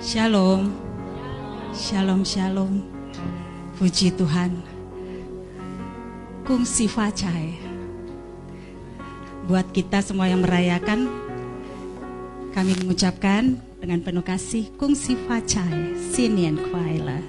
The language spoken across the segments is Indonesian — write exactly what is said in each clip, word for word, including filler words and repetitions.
Shalom, shalom, shalom. Puji Tuhan. Kung si Facai. Buat kita semua yang merayakan, kami mengucapkan dengan penuh kasih Kung si Facai, Sinian Kwaila.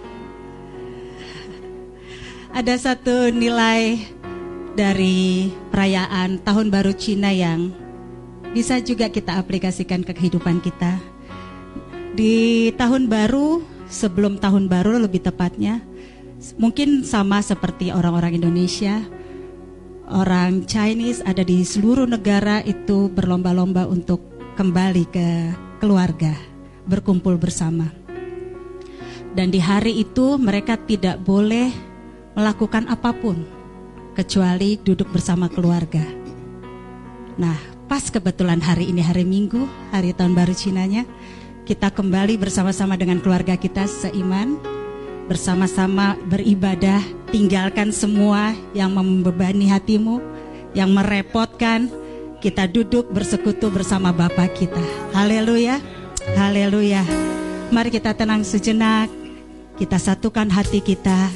Ada satu nilai dari perayaan Tahun Baru Cina yang bisa juga kita aplikasikan ke kehidupan kita. Di tahun baru, sebelum tahun baru lebih tepatnya, mungkin sama seperti orang-orang Indonesia, orang Chinese ada di seluruh negara itu berlomba-lomba untuk kembali ke keluarga, berkumpul bersama. Dan di hari itu mereka tidak boleh melakukan apapun kecuali duduk bersama keluarga. Nah, pas kebetulan hari ini hari Minggu, hari tahun baru Cinanya, kita kembali bersama-sama dengan keluarga kita seiman, bersama-sama beribadah, tinggalkan semua yang membebani hatimu, yang merepotkan. Kita duduk bersekutu bersama Bapa kita. Haleluya, haleluya. Mari kita tenang sejenak, kita satukan hati kita.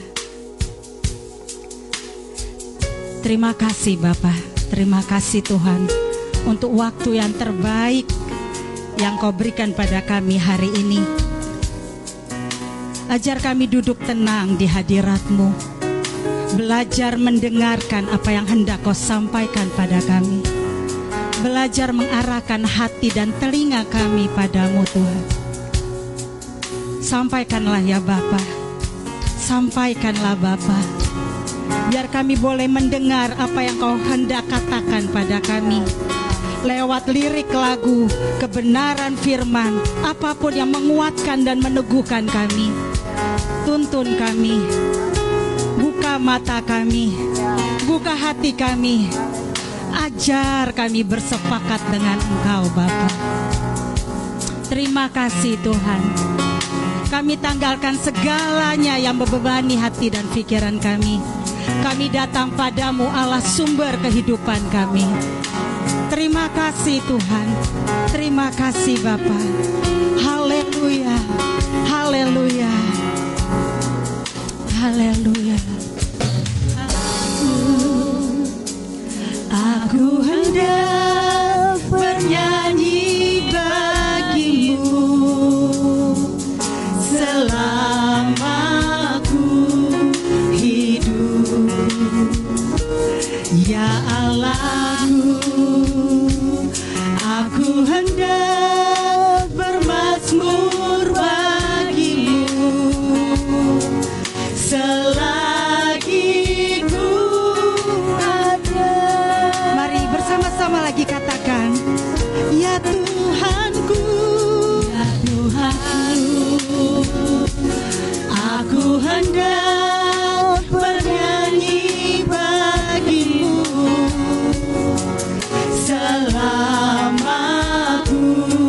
Terima kasih Bapa, terima kasih Tuhan untuk waktu yang terbaik yang Kau berikan pada kami hari ini. Ajar kami duduk tenang di hadirat-Mu, belajar mendengarkan apa yang hendak Kau sampaikan pada kami, belajar mengarahkan hati dan telinga kami padamu Tuhan. Sampaikanlah ya Bapa, sampaikanlah Bapa, biar kami boleh mendengar apa yang Kau hendak katakan pada kami lewat lirik lagu, kebenaran firman, apapun yang menguatkan dan meneguhkan kami. Tuntun kami, buka mata kami, buka hati kami, ajar kami bersepakat dengan Engkau Bapa. Terima kasih Tuhan. Kami tanggalkan segalanya yang membebani hati dan pikiran kami. Kami datang padamu Allah sumber kehidupan kami. Terima kasih Tuhan, terima kasih Bapa. Haleluya, haleluya, haleluya. Aku hendak bernyanyi bagimu selama aku hidup, ya Allahku. Aku hendak bermazmur bagimu selagi ku ada. Mari bersama-sama lagi katakan, ya Tuhanku, ya Tuhanku, aku hendak bernyanyi bagimu selama aku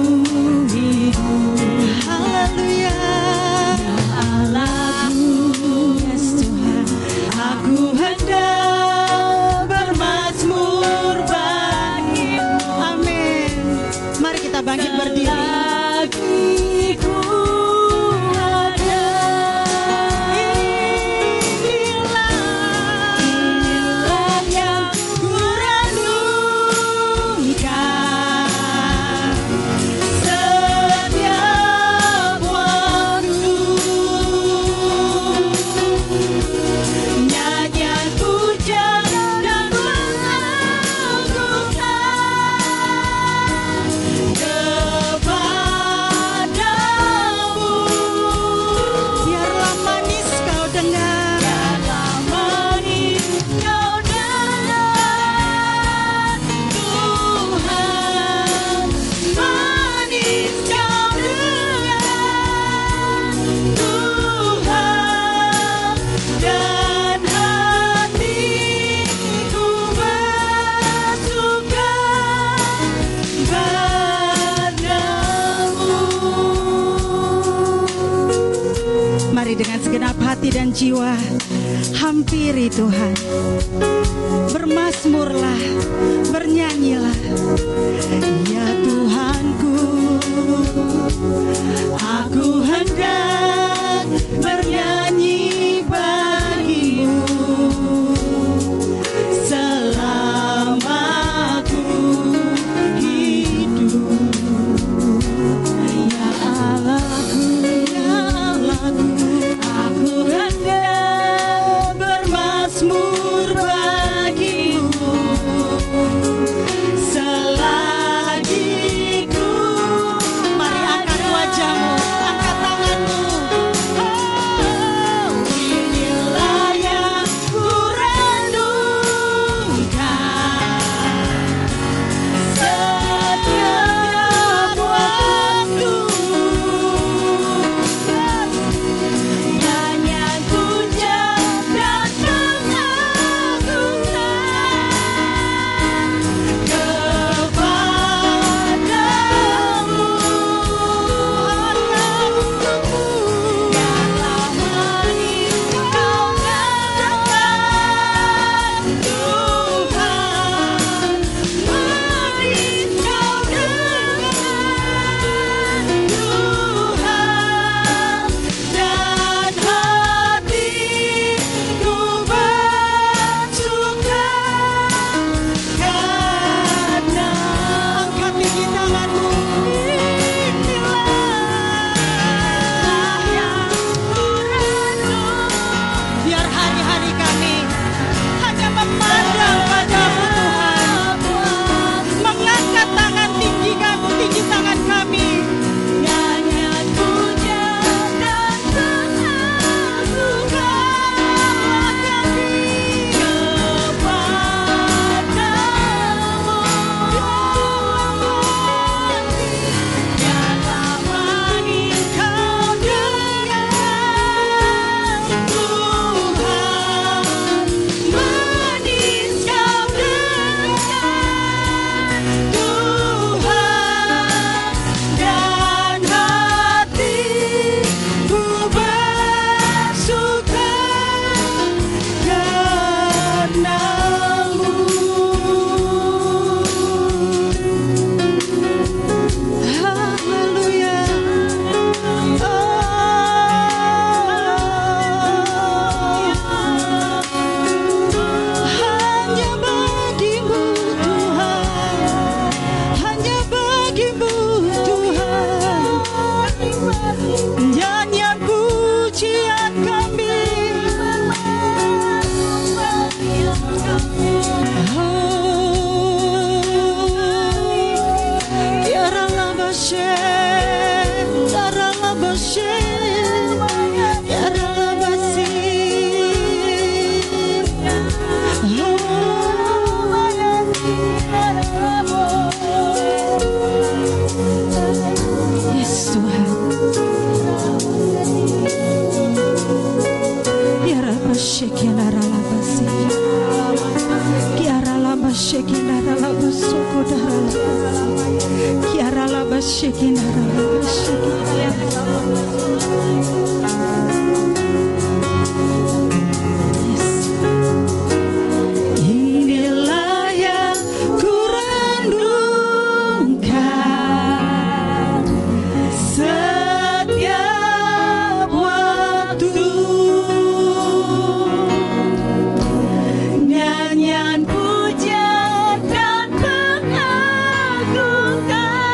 hidup. Haleluya, ya Allahku, yes Tuhan. Aku hendak bermazmur bagimu. Amin. Mari kita bangkit berdiri. Dengan segenap hati dan jiwa hampiri Tuhan, bermazmurlah, bernyanyilah, ya Tuhanku, Inilah yang ku renungkan setiap waktu, nyanyian puja dan pengagungan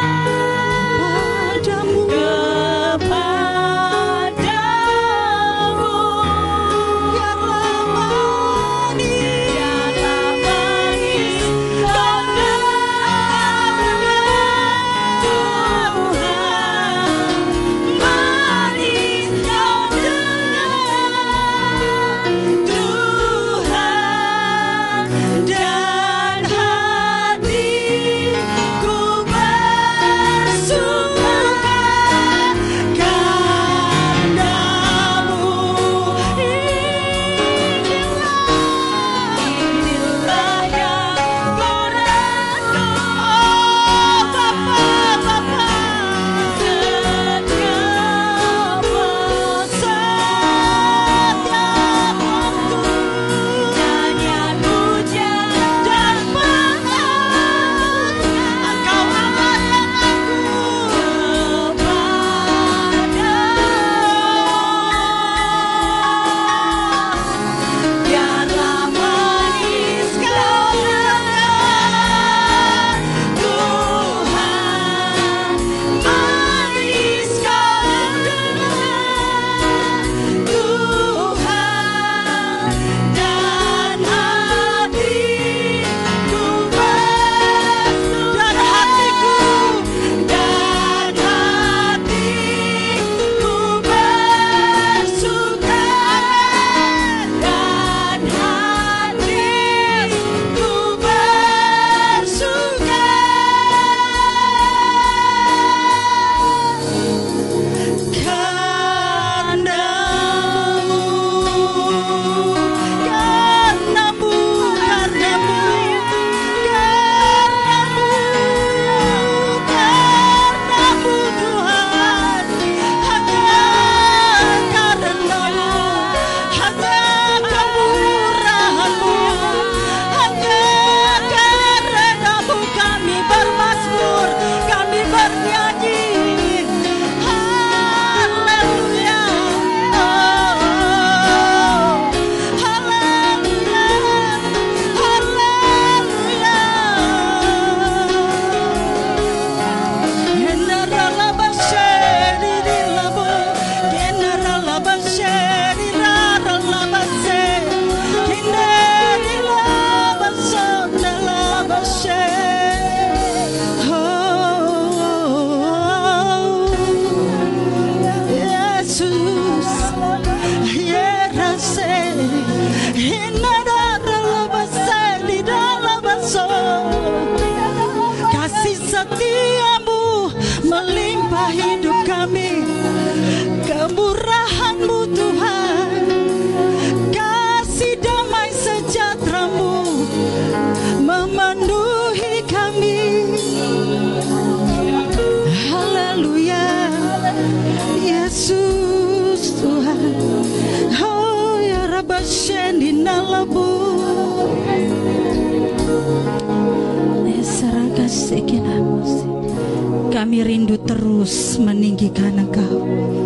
Kami rindu terus meninggikan Engkau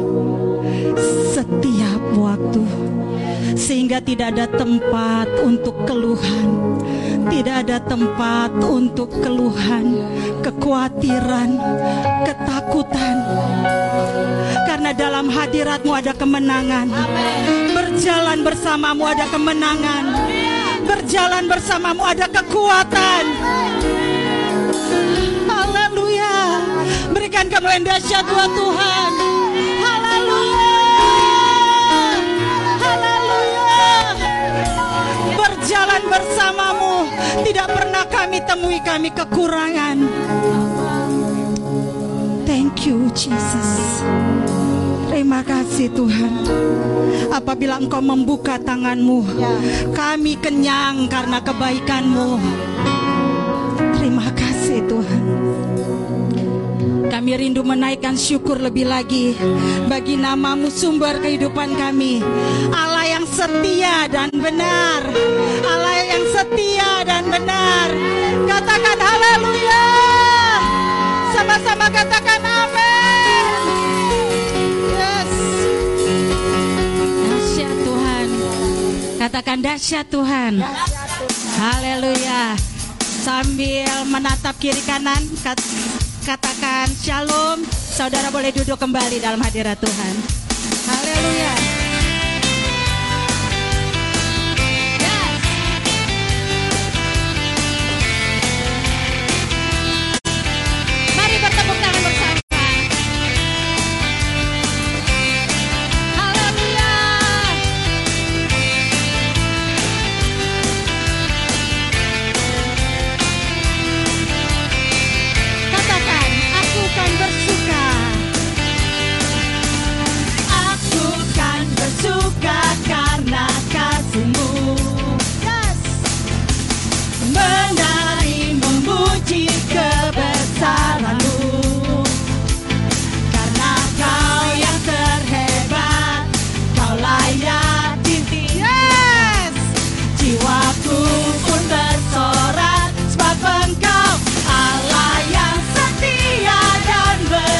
setiap waktu, sehingga tidak ada tempat untuk keluhan, tidak ada tempat untuk keluhan, kekhawatiran, ketakutan, karena dalam hadirat-Mu ada kemenangan. Berjalan bersama-Mu ada kemenangan, berjalan bersama-Mu ada kekuatan. Haleluya. Berikan Katakan kemuliaan dahsyat buat Tuhan. Haleluya. Haleluya. Berjalan bersamamu, tidak pernah kami temui kami kekurangan. Thank you Jesus. Terima kasih Tuhan. Apabila Engkau membuka tangan-Mu, kami kenyang karena kebaikan-Mu. Terima kasih Tuhan. Kami rindu menaikkan syukur lebih lagi bagi nama-Mu, sumber kehidupan kami. Allah yang setia dan benar. Allah yang setia dan benar. Katakan haleluya. Sama-sama katakan amin. Yes. Dahsyat Tuhan. Katakan dahsyat Tuhan. Haleluya. Sambil menatap kiri kanan, katakan shalom. Saudara boleh duduk kembali dalam hadirat Tuhan. Haleluya. Yes. Mari bertepuk tangan bersama. Haleluya. Katakan, aku kan bersuka. Aku kan bersuka karena kasih-Mu. Yes. Menari memuji kebesaran-Mu. Karena Kau yang terhebat, Kau layak dinti. Yes. Jiwaku pun bersorak sebab Engkau Allah yang setia dan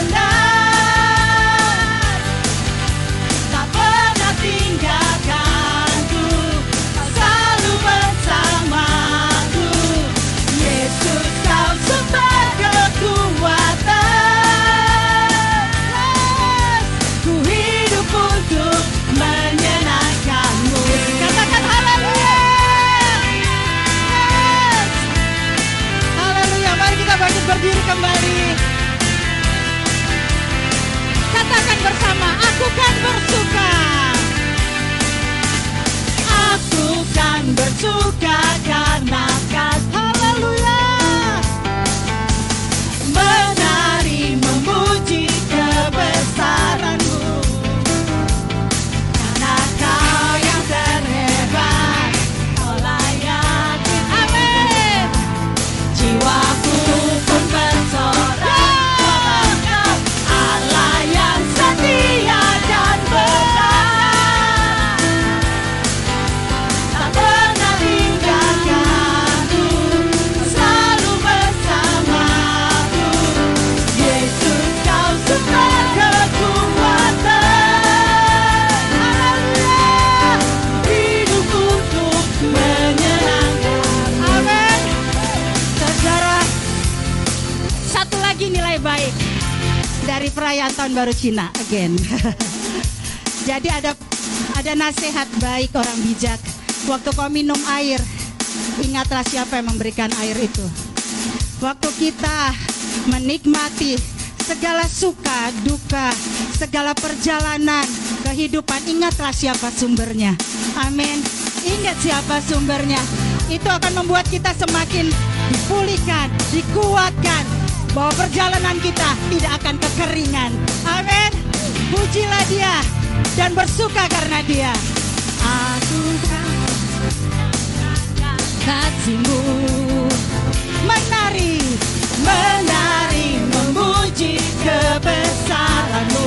benar. Tak pernah tinggalkanku, selalu bersamaku. Yesus Kau sumber kekuatan. Yes. Ku hidup untuk menyenangkan-Mu. Katakan haleluya. Yes. Haleluya. Mari kita bangkit berdiri kembali. Katakan bersama, aku kan bersuka. Aku kan bersuka karena kasih. Haleluya. Menari memuji kebesaran-Mu. Karena Kau yang terhebat, Kau layak. Amin. Jiwaku pun bersorak, Allah yang setia dan benar. Tak pernah tinggalkanku, selalu bersamaku. Yesus Kau sumber kekuatan. Haleluya. Hidup untuk menyenangkan. Amin. Saudara, satu lagi nilai baik dari perayaan Tahun Baru Cina again. Jadi ada ada nasihat baik orang bijak. Waktu kau minum air, ingatlah siapa yang memberikan air itu. Waktu kita menikmati segala suka, duka, segala perjalanan kehidupan, ingatlah siapa sumbernya. Amin. Ingat siapa sumbernya. Itu akan membuat kita semakin dipulihkan, dikuatkan, bahwa perjalanan kita tidak akan kekeringan. Amin. Pujilah Dia dan bersuka karena Dia. Aku kan kasih-Mu. Menari, menari memuji kebesaran-Mu.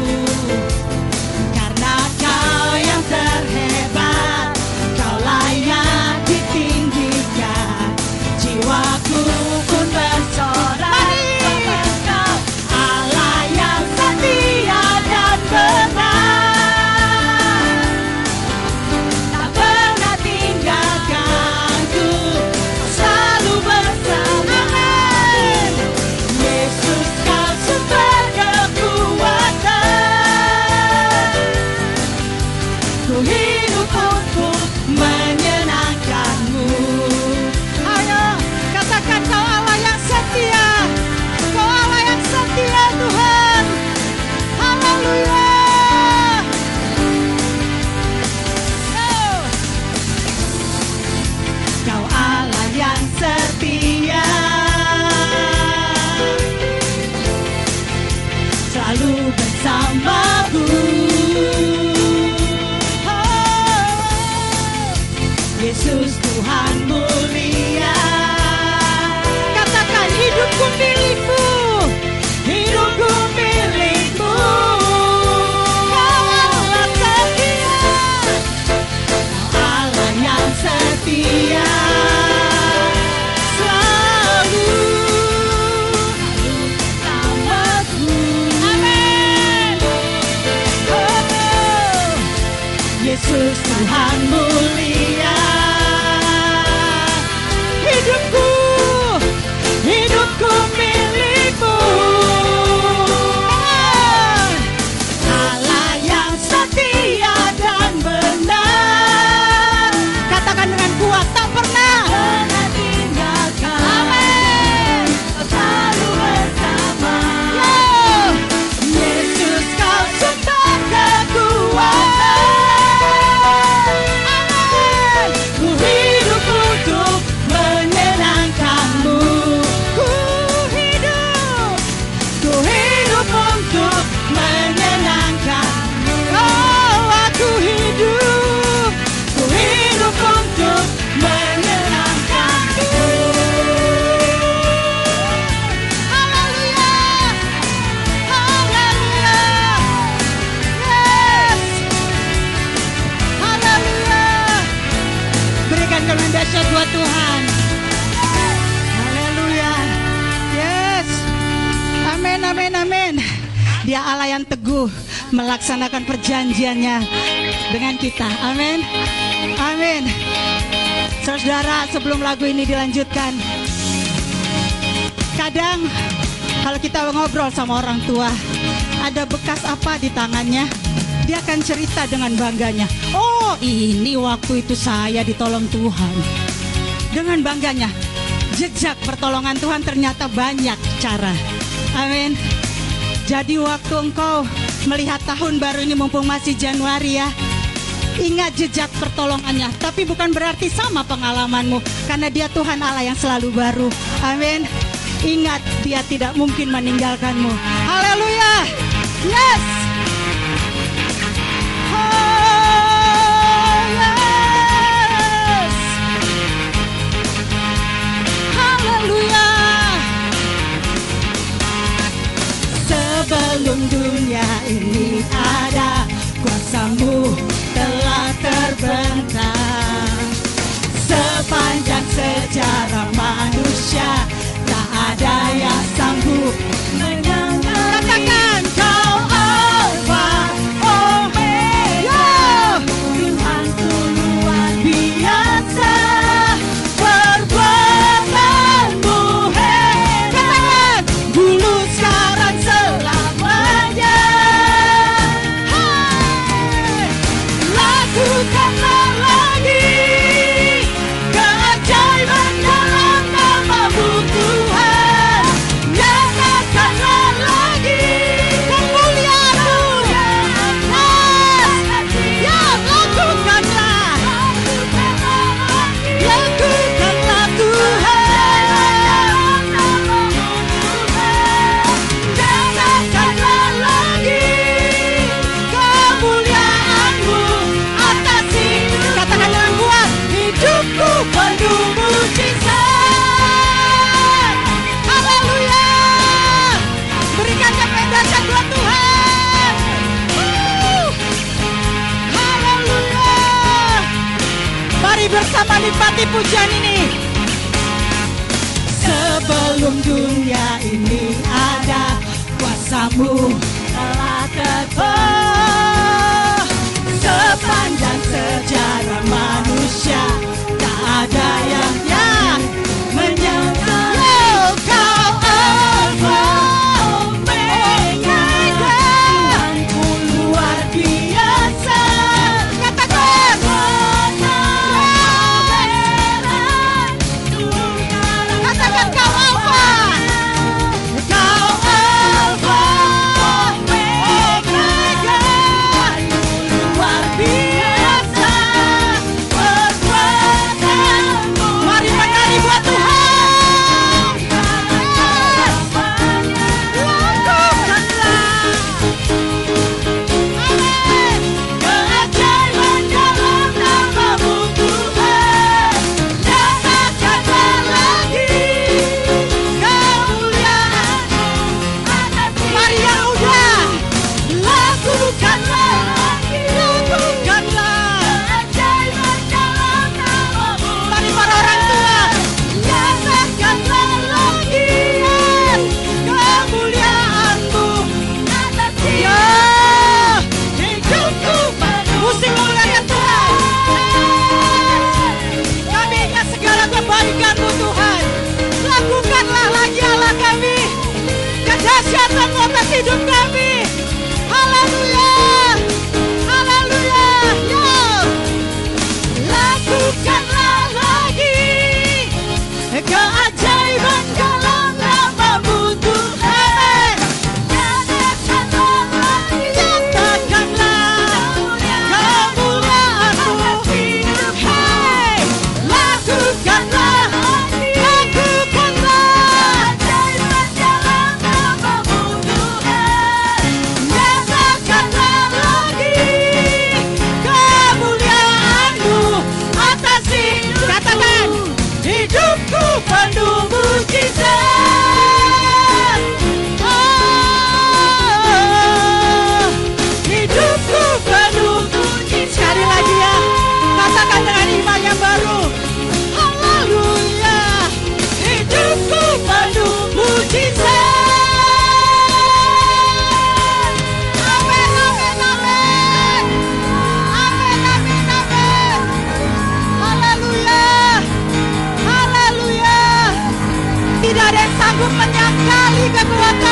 Karena Kau yang terhebat, Kau layak ditinggikan. Jiwaku pun bersorak. Kau Allah yang setia dan benar. Tak pernah tinggalkanku, selalu bersama. Yesus Kau sumber bersamaku. Oh, Yesus Tuhan mulia. Katakan, hidupku milikmu, hidupku milikmu. Kau Allah setia, Allah yang setia. Yesus Tuhan mulia. Hidupku, hidupku milikmu. Allah yang setia dan benar. Katakan dengan kuat, tak pernah pernah tinggalkan. Amin. Selalu bersama. Oh, Yesus kau sumber kekuatan. Dahsyat buat Tuhan. Haleluya. Yes. Amin, amin, amin. Dia Allah yang teguh melaksanakan perjanjiannya dengan kita. Amin. Amin. Saudara, sebelum lagu ini dilanjutkan, kadang kalau kita ngobrol sama orang tua, ada bekas apa di tangannya, dia akan cerita dengan bangganya. Oh, ini waktu itu saya ditolong Tuhan. Dengan bangganya. Jejak pertolongan Tuhan ternyata banyak cara. Amin. Jadi waktu engkau melihat tahun baru ini, mumpung masih Januari ya, ingat jejak pertolongannya. Tapi bukan berarti sama pengalamanmu, karena dia Tuhan Allah yang selalu baru. Amin. Ingat, dia tidak mungkin meninggalkanmu. Haleluya. Yes. Sebelum dunia ini ada, kuasamu telah terbentang. Sepanjang sejarah manusia, tak ada yang sanggup menyangkal. Katakan, kau Alfa Omega, Tuhanku luar biasa. Perbuatanmu hebat. Katakan, dulu sekarang selamanya. Hai, lakukanlah lagi keajaiban dalam nama-Mu Tuhan. Nyatakanlah lagi kemuliaan-Mu. Ya, lakukanlah. Lakukanlah Tuhan. Nyatakanlah lagi kemuliaan-Mu atas hidup. Katakan dengan kuat, hidupku penuh mujizat. Haleluya. Berikan yang dahsyat buat Tuhan. Wuh. Haleluya. Mari bersama nikmati pujian ini. Sebelum dunia ini ada, kuasamu telah teguh. Sepanjang sejarah manusia, tak ada yang yang menyangkal. Kau Alfa Omega, Tuhanku luar biasa. Katakan, katakan kau Alfa. Kau Alfa Omega, luar biasa.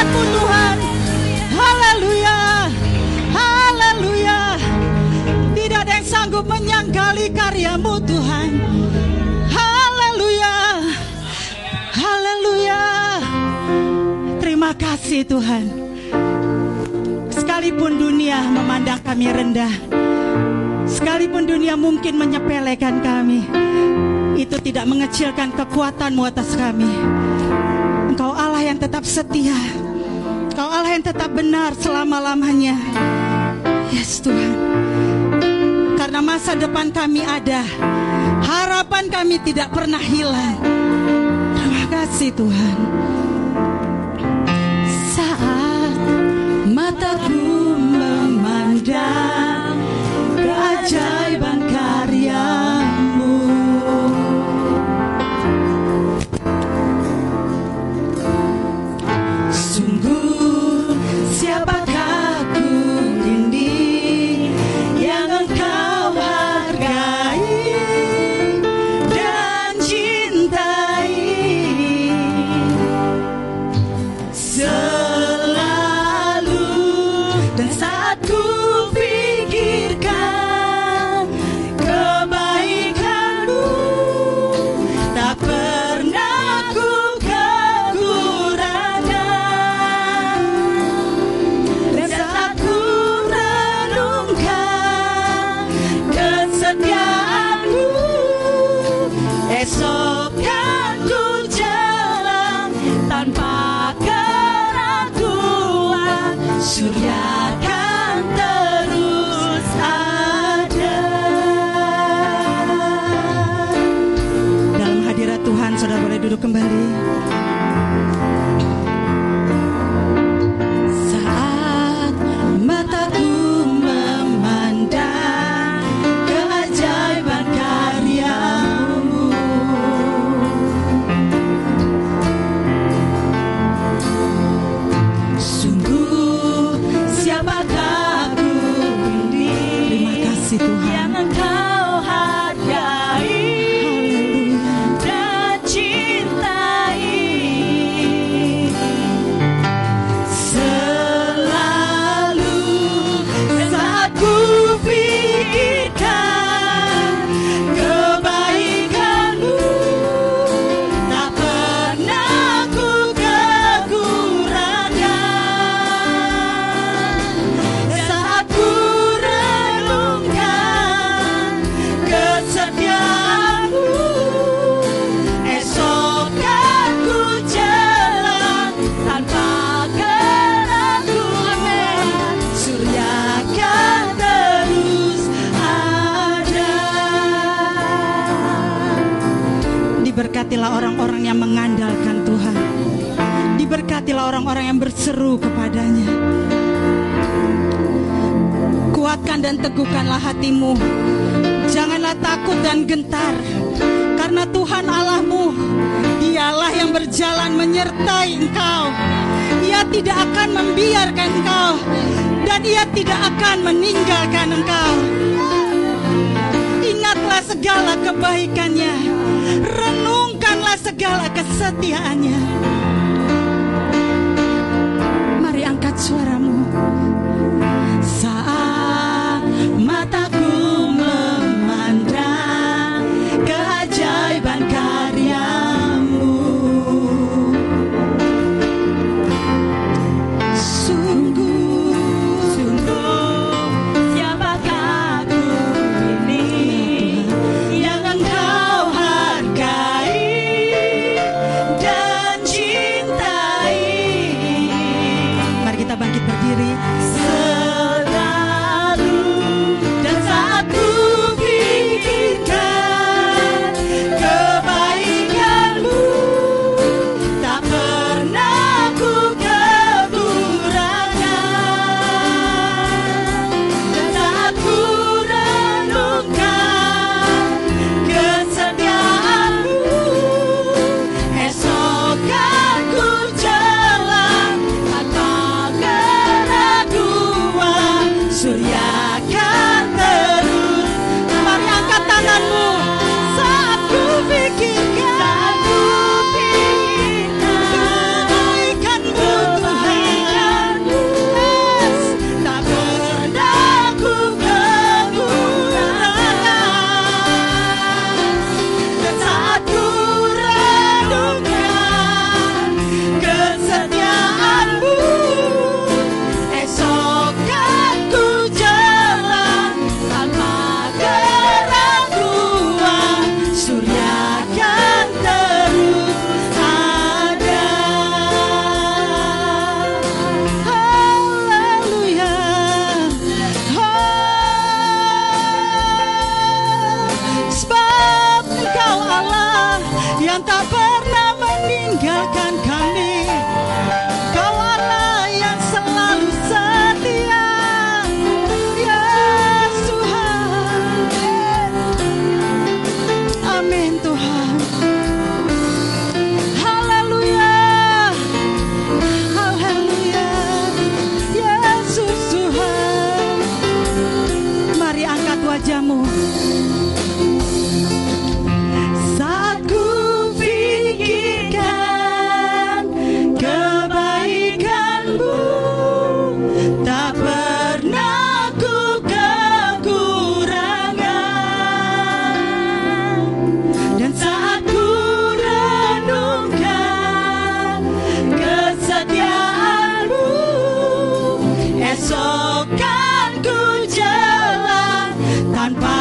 mujizat-Mu Tuhan. Haleluya, haleluya. Tidak ada yang sanggup menyangkali karya-Mu Tuhan. Haleluya, haleluya. Terima kasih Tuhan. Sekalipun dunia memandang kami rendah, sekalipun dunia mungkin menyepelekan kami, itu tidak mengecilkan kekuatan-Mu atas kami. Engkau Allah yang tetap setia, Engkau Allah yang tetap benar selama-lamanya. Yes Tuhan. Karena masa depan kami ada, harapan kami tidak pernah hilang. Terima kasih Tuhan. Saat mataku memandang keajaiban karya-Mu, sungguh siapakah ku ini yang Engkau hargai dan cintai. Selalu dan saat ku pikirkan kebaikan-Mu, tak pernah ku kekurangan. Dan saat ku renungkan kesetiaan-Mu, esok kan ku jalan tanpa keraguan. Surya kan terus ada. Dalam hadirat Tuhan, saudara boleh duduk kembali. Saat mataku memandang keajaiban karya-Mu, sungguh siapakah ku ini. Terima kasih Tuhan. Yang Engkau hargai dan cintai. Selalu saat ku pikirkan kebaikan-Mu, tak pernah ku kekurangan. Saat ku renungkan kesetiaan-Mu, esok kan ku jalan tanpa keraguan. Surya kan terus ada. Diberkatilah orang-orang yang mengandalkan Tuhan. Diberkatilah orang-orang yang berseru kepadanya. Kuatkan dan teguhkanlah hatimu. Janganlah takut dan gentar, karena Tuhan Allahmu, Dialah yang berjalan menyertai engkau. Ia tidak akan membiarkan engkau, dan Ia tidak akan meninggalkan engkau. Ingatlah segala kebaikan-Nya, renungkanlah segala kesetiaan-Nya. Mari angkat suaramu. Saat mataku memandang keajaiban karya-Mu, sungguh, sungguh siapakah ku ini yang Engkau hargai dan cintai. Mari kita bangkit berdiri. akan ku jalan tanpa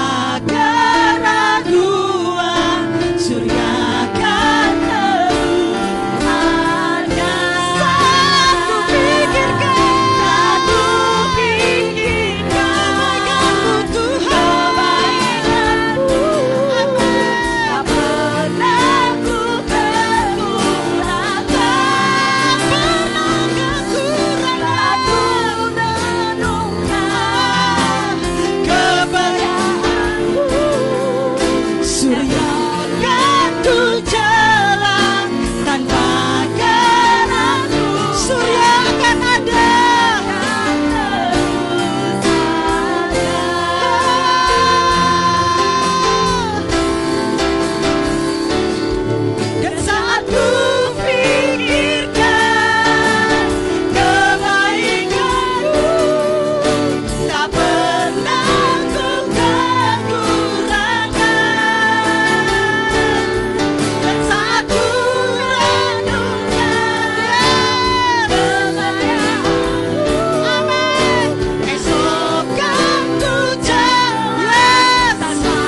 keraguan. Surya akan terus ada. Saat ku pikirkan, saat ku pikirkan kebaikan-Mu Tuhan, kebaikan-Mu, tak pernah ku terkurang, tak pernah kekurangan. Aku renungkan kebahagiaan-Mu. Surya akan ku jalan tanpa keraguan. Surya akan ada. Dan saat ku pikirkan kebaikan-Mu, tak pernah ku kekurangan. Dan saat ku renungkan kebahagiaan-Mu, amin, esok kan ku jalan tanpa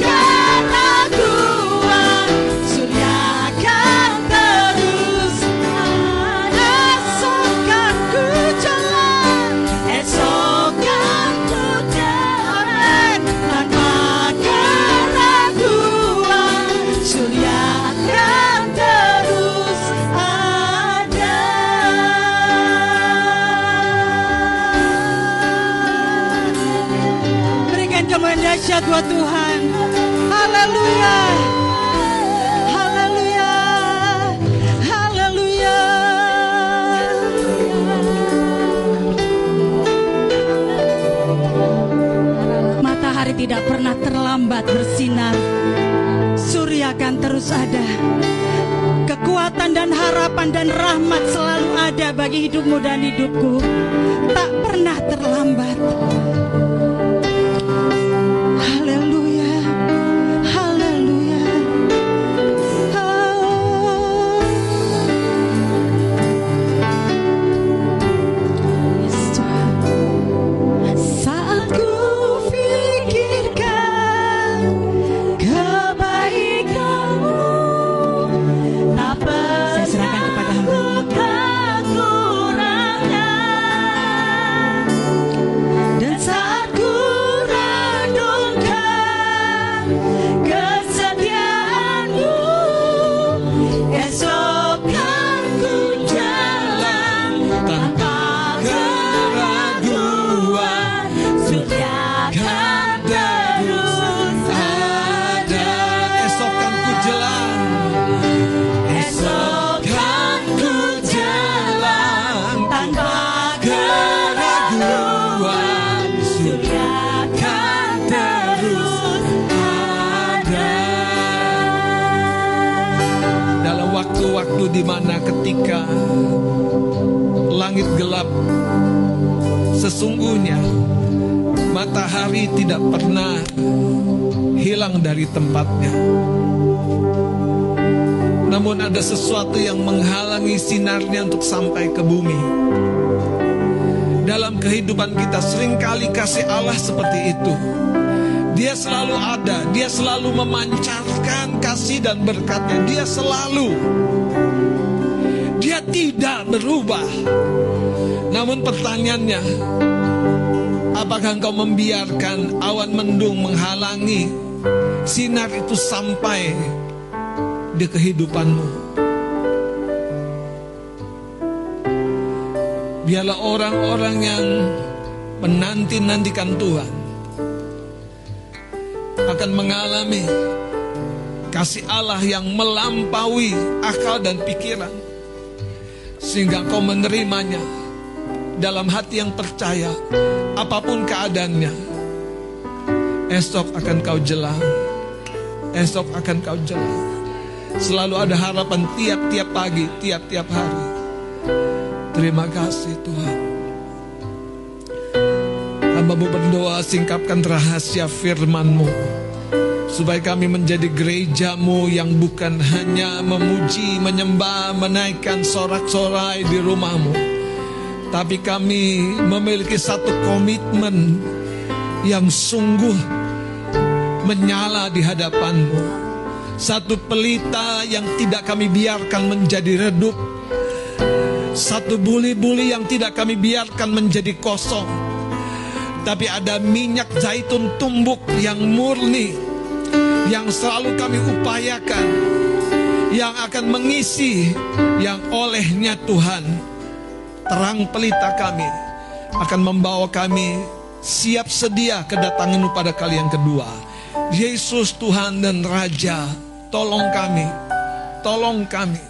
keraguan. Surya akan terus ada. Esok kan ku jalan, esok kan ku jalan tanpa keraguan. Surya akan terus ada. Berikan kemuliaan dahsyat buat Tuhan. Haleluya. Haleluya. Haleluya. Matahari tidak pernah terlambat bersinar. Surya akan terus ada. Kekuatan dan harapan dan rahmat selalu ada bagi hidupmu dan hidupku. Tak pernah terlambat. Haleluya. Haleluya. Oh. Yes, Tuhan. Saat ku pikirkan kebaikan-Mu, tak pernah ku kekurangan. Dan saat ku renungkan kesetiaan-Mu, esok kan ku jalan tanpa keraguan. Surya akan terus ada. Esok kan ku jalan, Esok kan ku jalan tanpa keraguan. Surya akan terus ada. dalam waktu-waktu di mana ketika langit gelap, sesungguhnya matahari tidak pernah hilang dari tempatnya. Namun ada sesuatu yang menghalangi sinarnya untuk sampai ke bumi. Dalam kehidupan kita seringkali kasih Allah seperti itu. Dia selalu ada, dia selalu memancarkan kasih dan berkatnya. Dia selalu, dia tidak berubah. Namun pertanyaannya, apakah engkau membiarkan awan mendung menghalangi sinar itu sampai di kehidupanmu? Biarlah orang-orang yang menanti-nantikan Tuhan akan mengalami kasih Allah yang melampaui akal dan pikiran, sehingga kau menerimanya dalam hati yang percaya. Apapun keadaannya, esok akan kau jelang, esok akan kau jelang. Selalu ada harapan tiap-tiap pagi, tiap-tiap hari. Terima kasih Tuhan. Hamba-Mu berdoa, singkapkan rahasia firman-Mu, supaya kami menjadi gereja-Mu yang bukan hanya memuji, menyembah, menaikkan sorak-sorai di rumah-Mu, Tapi kami memiliki satu komitmen yang sungguh menyala di hadapan-Mu. Satu pelita yang tidak kami biarkan menjadi redup. Satu buli-buli yang tidak kami biarkan menjadi kosong. Tapi ada minyak zaitun tumbuk yang murni, yang selalu kami upayakan, yang akan mengisi, yang olehnya Tuhan, terang pelita kami akan membawa kami siap sedia kedatangan-Mu pada kali yang kedua. Yesus Tuhan dan Raja, tolong kami, tolong kami.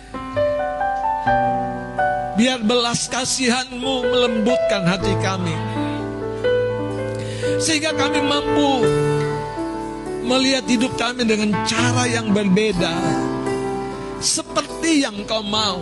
Biar belas kasihan-Mu melembutkan hati kami, sehingga kami mampu melihat hidup kami dengan cara yang berbeda, seperti yang Kau mau.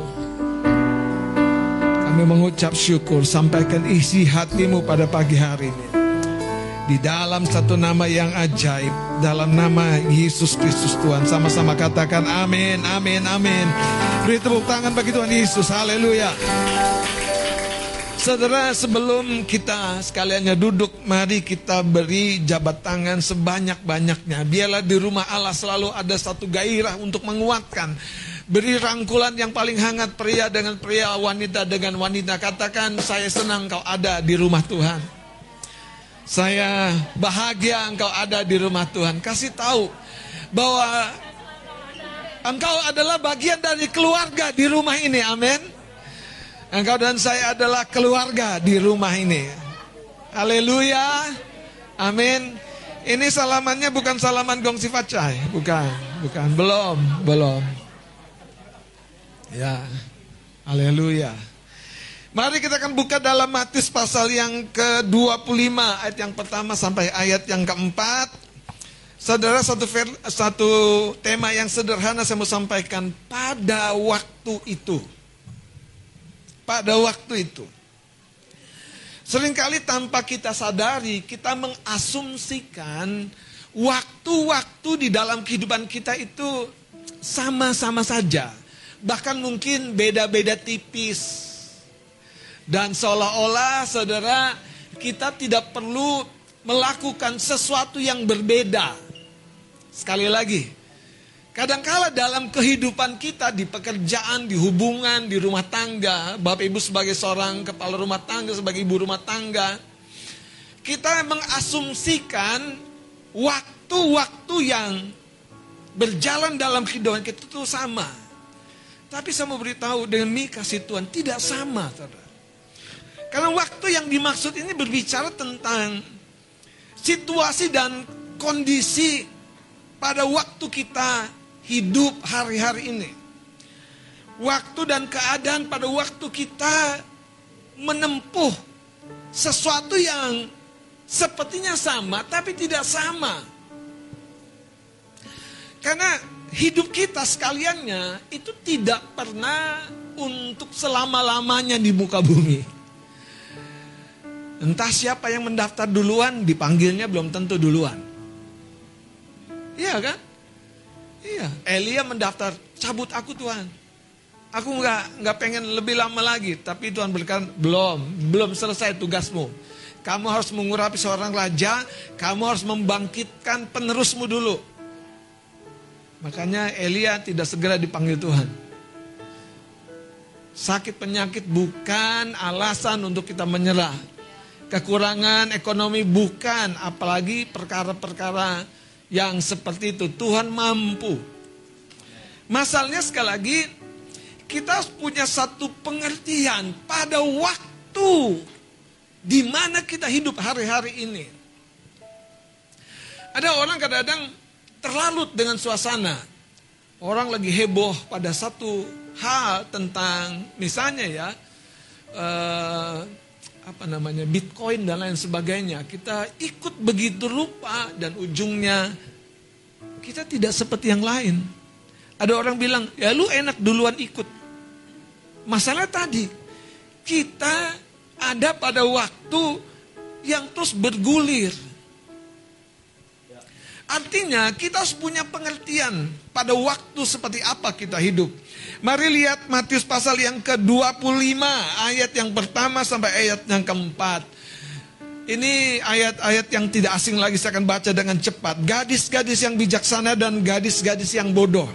Kami mengucap syukur, sampaikan isi hati-Mu pada pagi hari ini. Di dalam satu nama yang ajaib, dalam nama Yesus Kristus Tuhan. Sama-sama katakan amin, amin, amin. Beri tepuk tangan bagi Tuhan Yesus, haleluya. Saudara, sebelum kita sekaliannya duduk, mari kita beri jabat tangan sebanyak-banyaknya. Biarlah di rumah Allah selalu ada satu gairah untuk menguatkan. Beri rangkulan yang paling hangat, pria dengan pria, wanita dengan wanita. Katakan, saya senang Kau ada di rumah Tuhan. Saya bahagia Engkau ada di rumah Tuhan. Kasih tahu bahwa Engkau adalah bagian dari keluarga di rumah ini, amin. Engkau dan saya adalah keluarga di rumah ini. Haleluya, amin. Ini salamannya bukan salaman gongsi facai, bukan, bukan, belum, belum. Ya, haleluya. Mari kita akan buka dalam Matius pasal yang ke dua puluh lima, ayat yang pertama sampai ayat yang keempat. Saudara, satu, satu tema yang sederhana saya mau sampaikan. Pada waktu itu, pada waktu itu, seringkali tanpa kita sadari, kita mengasumsikan waktu-waktu di dalam kehidupan kita itu sama-sama saja. Bahkan mungkin beda-beda tipis. Dan seolah-olah saudara, kita tidak perlu melakukan sesuatu yang berbeda. Sekali lagi, kadangkala dalam kehidupan kita, di pekerjaan, di hubungan, di rumah tangga, Bapak Ibu sebagai seorang kepala rumah tangga, sebagai ibu rumah tangga, kita mengasumsikan waktu-waktu yang berjalan dalam kehidupan kita itu sama. Tapi saya mau beritahu, demi kasih Tuhan tidak sama, saudara. Karena waktu yang dimaksud ini berbicara tentang situasi dan kondisi pada waktu kita hidup hari-hari ini. Waktu dan keadaan pada waktu kita menempuh sesuatu yang sepertinya sama, tapi tidak sama. Karena hidup kita sekaliannya itu tidak pernah untuk selama-lamanya di muka bumi. Entah siapa yang mendaftar duluan, dipanggilnya belum tentu duluan. Iya kan? Iya. Elia mendaftar, cabut aku Tuhan. Aku nggak nggak pengen lebih lama lagi. Tapi Tuhan berkata, belum, belum selesai tugasmu. Kamu harus mengurapi seorang raja, kamu harus membangkitkan penerusmu dulu. Makanya Elia tidak segera dipanggil Tuhan. Sakit penyakit bukan alasan untuk kita menyerah. Kekurangan ekonomi bukan, apalagi perkara-perkara yang seperti itu. Tuhan mampu. Masalahnya sekali lagi, kita harus punya satu pengertian pada waktu di mana kita hidup hari-hari ini. Ada orang kadang-kadang terlalut dengan suasana. Orang lagi heboh pada satu hal tentang, misalnya ya, eh, apa namanya, Bitcoin dan lain sebagainya. Kita ikut begitu rupa dan ujungnya kita tidak seperti yang lain. Ada orang bilang, ya lu enak duluan ikut. Masalah tadi, kita ada pada waktu yang terus bergulir. Artinya kita harus punya pengertian pada waktu seperti apa kita hidup. Mari lihat Matius pasal yang ke dua puluh lima, ayat yang pertama sampai ayat yang keempat. Ini ayat-ayat yang tidak asing lagi, saya akan baca dengan cepat. Gadis-gadis yang bijaksana dan gadis-gadis yang bodoh.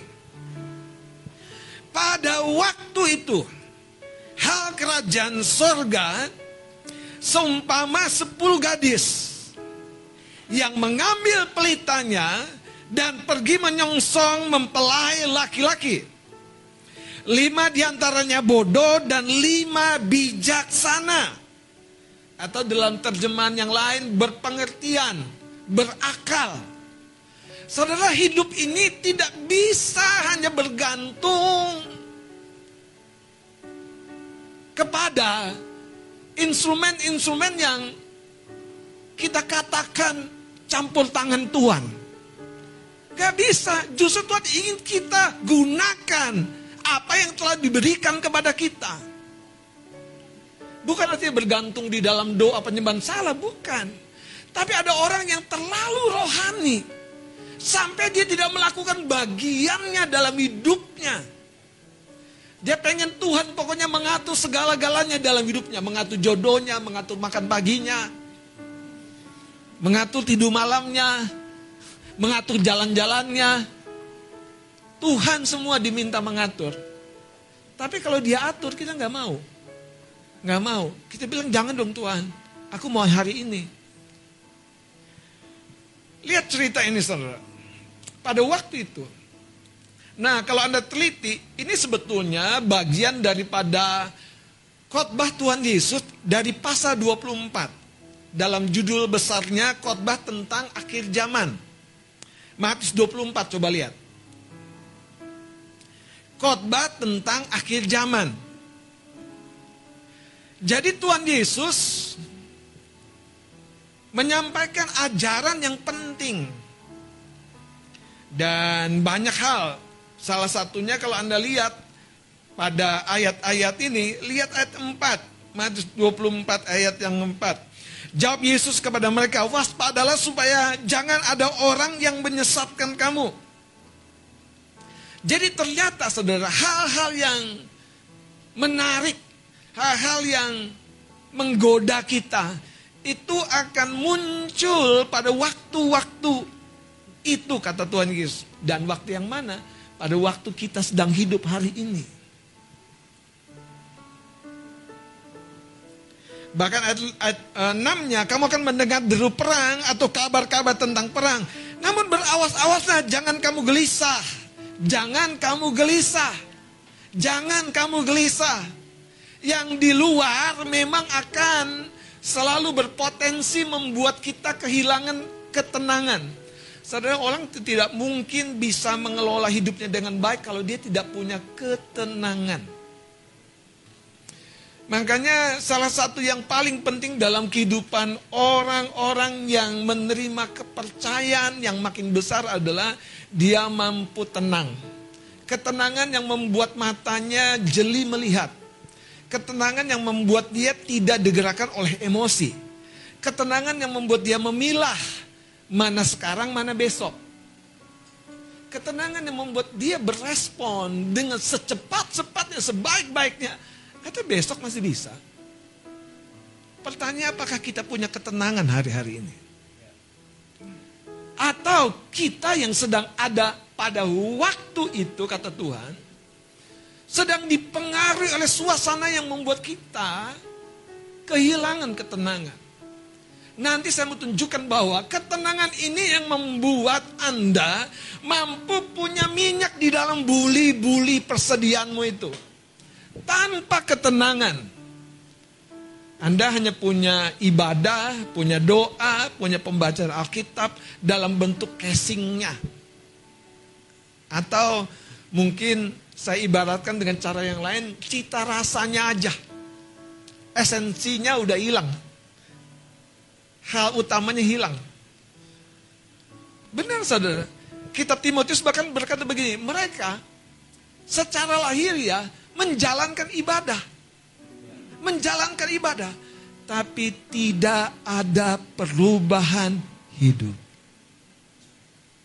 Pada waktu itu, hal kerajaan sorga seumpama sepuluh gadis yang mengambil pelitanya dan pergi menyongsong mempelai laki-laki. Lima diantaranya bodoh dan lima bijaksana. Atau dalam terjemahan yang lain berpengertian, berakal. Saudara, hidup ini tidak bisa hanya bergantung kepada instrumen-instrumen yang kita katakan campur tangan Tuhan. Gak bisa, justru Tuhan ingin kita gunakan apa yang telah diberikan kepada kita. Bukan artinya bergantung di dalam doa penyembahan salah, bukan. Tapi ada orang yang terlalu rohani, sampai dia tidak melakukan bagiannya dalam hidupnya. Dia pengen Tuhan pokoknya mengatur segala-galanya dalam hidupnya. Mengatur jodohnya, mengatur makan paginya, mengatur tidur malamnya, mengatur jalan-jalannya. Tuhan semua diminta mengatur. Tapi kalau dia atur, kita gak mau. Gak mau. Kita bilang, jangan dong Tuhan, aku mau hari ini. Lihat cerita ini saudara. Pada waktu itu. Nah, kalau Anda teliti, ini sebetulnya bagian daripada khotbah Tuhan Yesus dari pasal dua puluh empat. Dalam judul besarnya khotbah tentang akhir zaman. Matius dua puluh empat, coba lihat. Khotbah tentang akhir zaman. Jadi Tuhan Yesus menyampaikan ajaran yang penting. Dan banyak hal. Salah satunya kalau Anda lihat pada ayat-ayat ini, lihat ayat empat. Matius dua puluh empat ayat yang empat. Jawab Yesus kepada mereka, waspadalah supaya jangan ada orang yang menyesatkan kamu. Jadi ternyata saudara, hal-hal yang menarik, hal-hal yang menggoda kita, itu akan muncul pada waktu-waktu itu, kata Tuhan Yesus. Dan waktu yang mana? Pada waktu kita sedang hidup hari ini. Bahkan ayat, ayat enam-nya, kamu akan mendengar deru perang atau kabar-kabar tentang perang. Namun berawas-awaslah, jangan kamu gelisah. Jangan kamu gelisah. Jangan kamu gelisah. Yang di luar memang akan selalu berpotensi membuat kita kehilangan ketenangan. Saudara, orang tidak mungkin bisa mengelola hidupnya dengan baik kalau dia tidak punya ketenangan. Makanya salah satu yang paling penting dalam kehidupan orang-orang yang menerima kepercayaan yang makin besar adalah dia mampu tenang. Ketenangan yang membuat matanya jeli melihat. Ketenangan yang membuat dia tidak digerakkan oleh emosi. Ketenangan yang membuat dia memilah mana sekarang, mana besok. Ketenangan yang membuat dia berespon dengan secepat-cepatnya, sebaik-baiknya. Atau besok masih bisa. Pertanyaan, apakah kita punya ketenangan hari-hari ini? Atau kita yang sedang ada pada waktu itu, kata Tuhan, sedang dipengaruhi oleh suasana yang membuat kita kehilangan ketenangan. Nanti saya mau tunjukkan bahwa ketenangan ini yang membuat Anda mampu punya minyak di dalam buli-buli persediaanmu itu. Tanpa ketenangan, Anda hanya punya ibadah, punya doa, punya pembacaan Alkitab dalam bentuk casingnya. Atau mungkin saya ibaratkan dengan cara yang lain, cita rasanya aja. Esensinya udah hilang. Hal utamanya hilang. Benar saudara. Kitab Timotius bahkan berkata begini, mereka secara lahiriah menjalankan ibadah. Menjalankan ibadah. Tapi tidak ada perubahan hidup.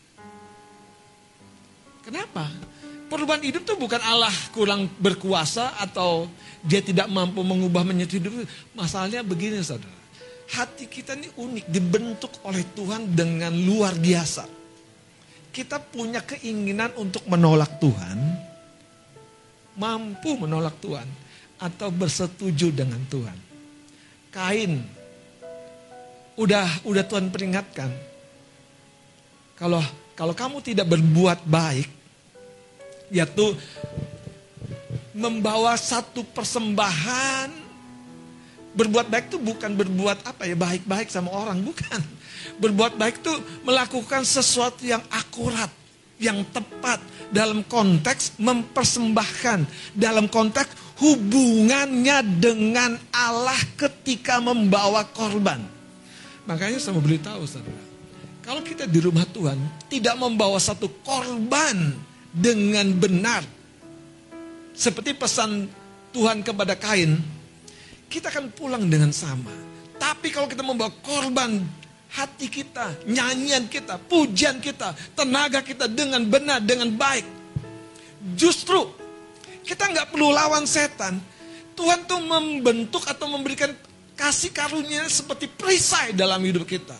Kenapa? Perubahan hidup itu bukan Allah kurang berkuasa atau dia tidak mampu mengubah menjadi hidup. Masalahnya begini saudara. Hati kita ini unik, dibentuk oleh Tuhan dengan luar biasa. Kita punya keinginan untuk menolak Tuhan, mampu menolak Tuhan, atau bersetuju dengan Tuhan. Kain, udah udah Tuhan peringatkan. Kalau kalau kamu tidak berbuat baik, yaitu membawa satu persembahan. Berbuat baik itu bukan berbuat apa ya, baik-baik sama orang, bukan. Berbuat baik itu melakukan sesuatu yang akurat, yang tepat dalam konteks mempersembahkan, dalam konteks hubungannya dengan Allah ketika membawa korban. Makanya saya mau beritahu saudara, kalau kita di rumah Tuhan tidak membawa satu korban dengan benar, seperti pesan Tuhan kepada Kain, kita akan pulang dengan sama. Tapi kalau kita membawa korban hati kita, nyanyian kita, pujian kita, tenaga kita dengan benar, dengan baik, justru kita nggak perlu lawan setan. Tuhan tuh membentuk atau memberikan kasih karunia seperti perisai dalam hidup kita.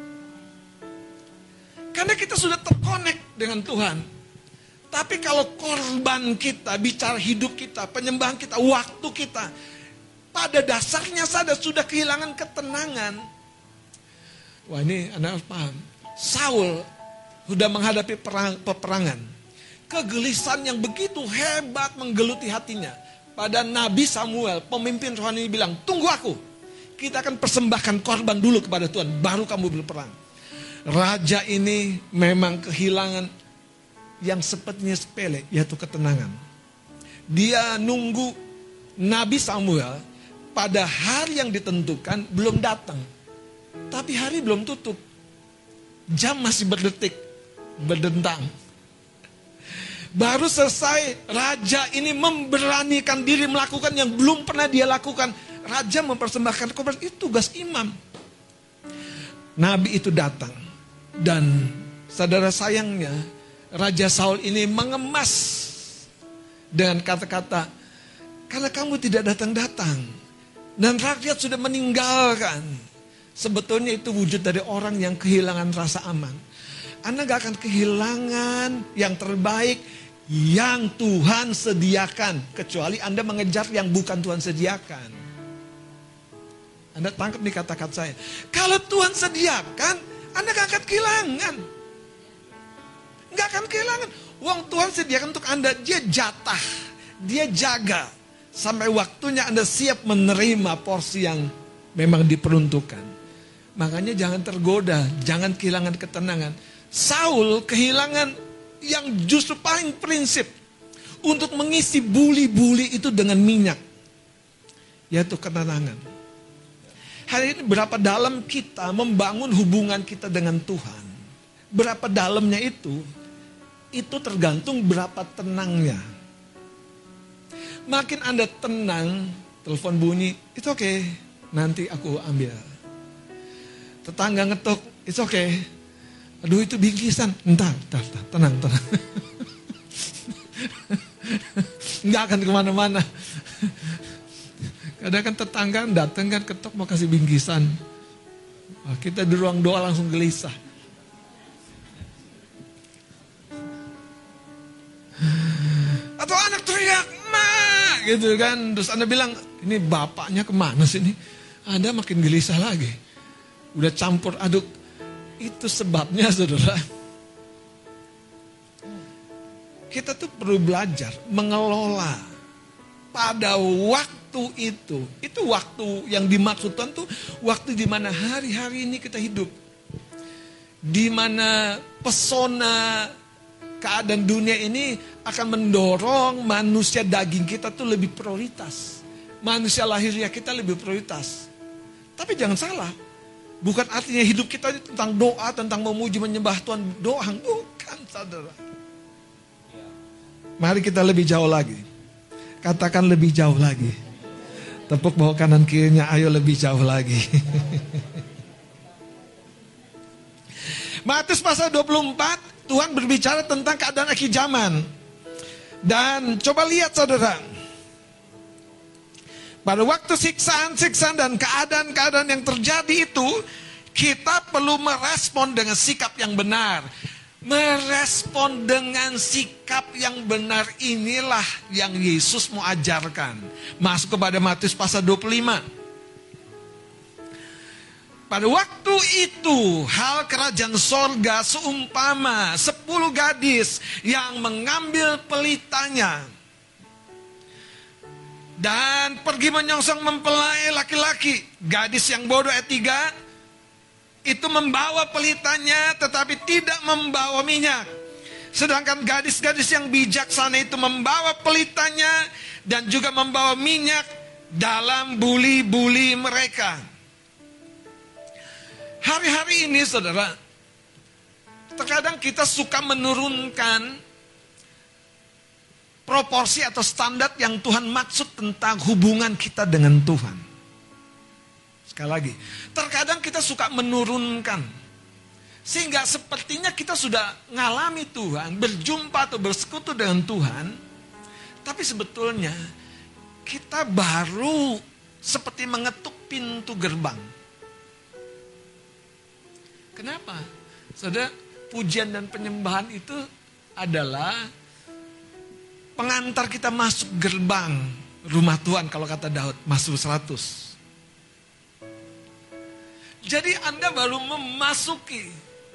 Karena kita sudah terkonek dengan Tuhan. Tapi kalau korban kita, bicara hidup kita, penyembahan kita, waktu kita, pada dasarnya saja sudah kehilangan ketenangan. Wah, ini Anda harus paham. Saul sudah menghadapi perang, peperangan. Kegelisahan yang begitu hebat menggeluti hatinya. Pada Nabi Samuel, pemimpin rohani bilang, tunggu aku. Kita akan persembahkan korban dulu kepada Tuhan, baru kamu berperang. Raja ini memang kehilangan yang sepertinya sepele, yaitu ketenangan. Dia nunggu Nabi Samuel pada hari yang ditentukan belum datang. Tapi hari belum tutup. Jam masih berdetik, berdentang. Baru selesai, raja ini memberanikan diri melakukan yang belum pernah dia lakukan. Raja mempersembahkan korban, itu tugas imam. Nabi itu datang. Dan saudara sayangnya, Raja Saul ini mengemas dengan kata-kata, karena kamu tidak datang-datang. Dan rakyat sudah meninggalkan. Sebetulnya itu wujud dari orang yang kehilangan rasa aman. Anda gak akan kehilangan yang terbaik yang Tuhan sediakan. Kecuali Anda mengejar yang bukan Tuhan sediakan. Anda tangkap nih kata-kata saya. Kalau Tuhan sediakan, Anda gak akan kehilangan. Gak akan kehilangan. Uang Tuhan sediakan untuk Anda. Dia jatah. Dia jaga. Sampai waktunya Anda siap menerima porsi yang memang diperuntukkan. Makanya jangan tergoda, jangan kehilangan ketenangan. Saul kehilangan yang justru paling prinsip untuk mengisi buli-buli itu dengan minyak, yaitu ketenangan. Hari ini berapa dalam kita membangun hubungan kita dengan Tuhan. Berapa dalamnya itu, itu tergantung berapa tenangnya. Makin Anda tenang, telepon bunyi, it's okay, nanti aku ambil. Tetangga ngetok, it's okay. Aduh itu bingkisan, entar, entar, entar, tenang, tenang. Nggak akan kemana-mana. Kadang kan tetangga datang kan ketok mau kasih bingkisan. Wah, kita di ruang doa langsung gelisah. Atau anak teriak, ma, gitu kan. Terus Anda bilang, ini bapaknya kemana sih ini? Anda makin gelisah lagi. Udah campur aduk. Itu sebabnya saudara. Kita tuh perlu belajar mengelola pada waktu itu. Itu waktu yang dimaksud Tuhan tuh waktu di mana hari-hari ini kita hidup. Di mana pesona keadaan dunia ini akan mendorong manusia daging kita tuh lebih prioritas. Manusia lahiriah kita lebih prioritas. Tapi jangan salah. Bukan artinya hidup kita ini tentang doa, tentang memuji, menyembah Tuhan doang. Bukan saudara. Mari kita lebih jauh lagi. Katakan lebih jauh lagi. Tepuk bawah kanan kirinya, ayo lebih jauh lagi. Matius pasal dua puluh empat Tuhan berbicara tentang keadaan akhir zaman. Dan coba lihat saudara, pada waktu siksaan-siksaan dan keadaan-keadaan yang terjadi itu, kita perlu merespon dengan sikap yang benar. Merespon dengan sikap yang benar inilah yang Yesus mau ajarkan. Masuk kepada Matius pasal dua puluh lima. Pada waktu itu, hal kerajaan sorga seumpama sepuluh gadis yang mengambil pelitanya dan pergi menyongsong mempelai laki-laki. Gadis yang bodoh ayat tiga itu membawa pelitanya tetapi tidak membawa minyak. Sedangkan gadis-gadis yang bijaksana itu membawa pelitanya dan juga membawa minyak dalam buli-buli mereka. Hari-hari ini saudara, terkadang kita suka menurunkan proporsi atau standar yang Tuhan maksud tentang hubungan kita dengan Tuhan. Sekali lagi, terkadang kita suka menurunkan. Sehingga sepertinya kita sudah ngalami Tuhan, berjumpa atau bersekutu dengan Tuhan. Tapi sebetulnya kita baru seperti mengetuk pintu gerbang. Kenapa? Saudara, pujian dan penyembahan itu adalah pengantar kita masuk gerbang rumah Tuhan, kalau kata Daud, Mazmur seratus. Jadi Anda baru memasuki.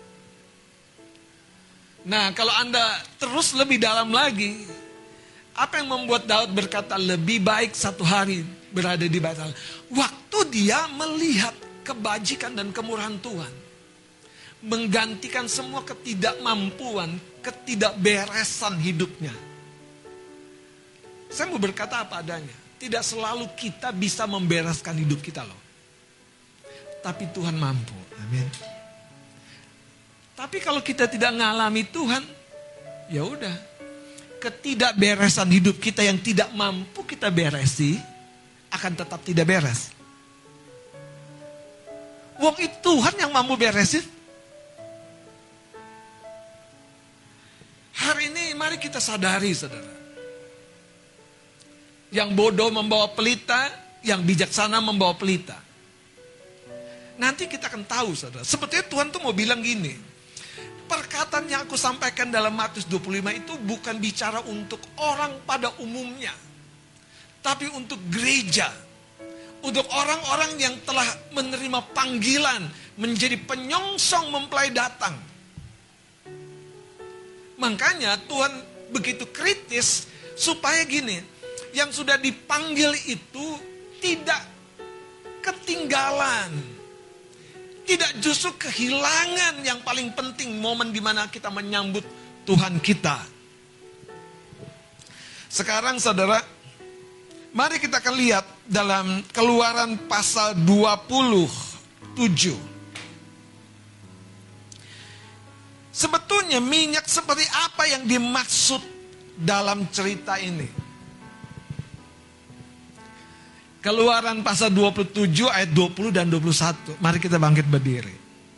Nah, kalau Anda terus lebih dalam lagi, apa yang membuat Daud berkata lebih baik satu hari berada di bait Allah? Waktu dia melihat kebajikan dan kemurahan Tuhan menggantikan semua ketidakmampuan, ketidakberesan hidupnya. Saya mau berkata apa adanya. Tidak selalu kita bisa membereskan hidup kita loh. Tapi Tuhan mampu. Amin. Tapi kalau kita tidak ngalami Tuhan, ya udah. Ketidakberesan hidup kita yang tidak mampu kita beresi akan tetap tidak beres. Wong itu Tuhan yang mampu beresin. Hari ini mari kita sadari saudara. Yang bodoh membawa pelita, yang bijaksana membawa pelita. Nanti kita akan tahu saudara. Sepertinya Tuhan tuh mau bilang gini. Perkataan yang aku sampaikan dalam Matius dua puluh lima itu bukan bicara untuk orang pada umumnya. Tapi untuk gereja. Untuk orang-orang yang telah menerima panggilan menjadi penyongsong mempelai datang. Makanya Tuhan begitu kritis supaya gini, yang sudah dipanggil itu tidak ketinggalan. Tidak justru kehilangan yang paling penting momen di mana kita menyambut Tuhan kita. Sekarang saudara, mari kita akan lihat dalam Keluaran pasal dua puluh tujuh. Sebetulnya minyak seperti apa yang dimaksud dalam cerita ini? Keluaran pasal dua puluh tujuh ayat dua puluh dan dua puluh satu. Mari kita bangkit berdiri.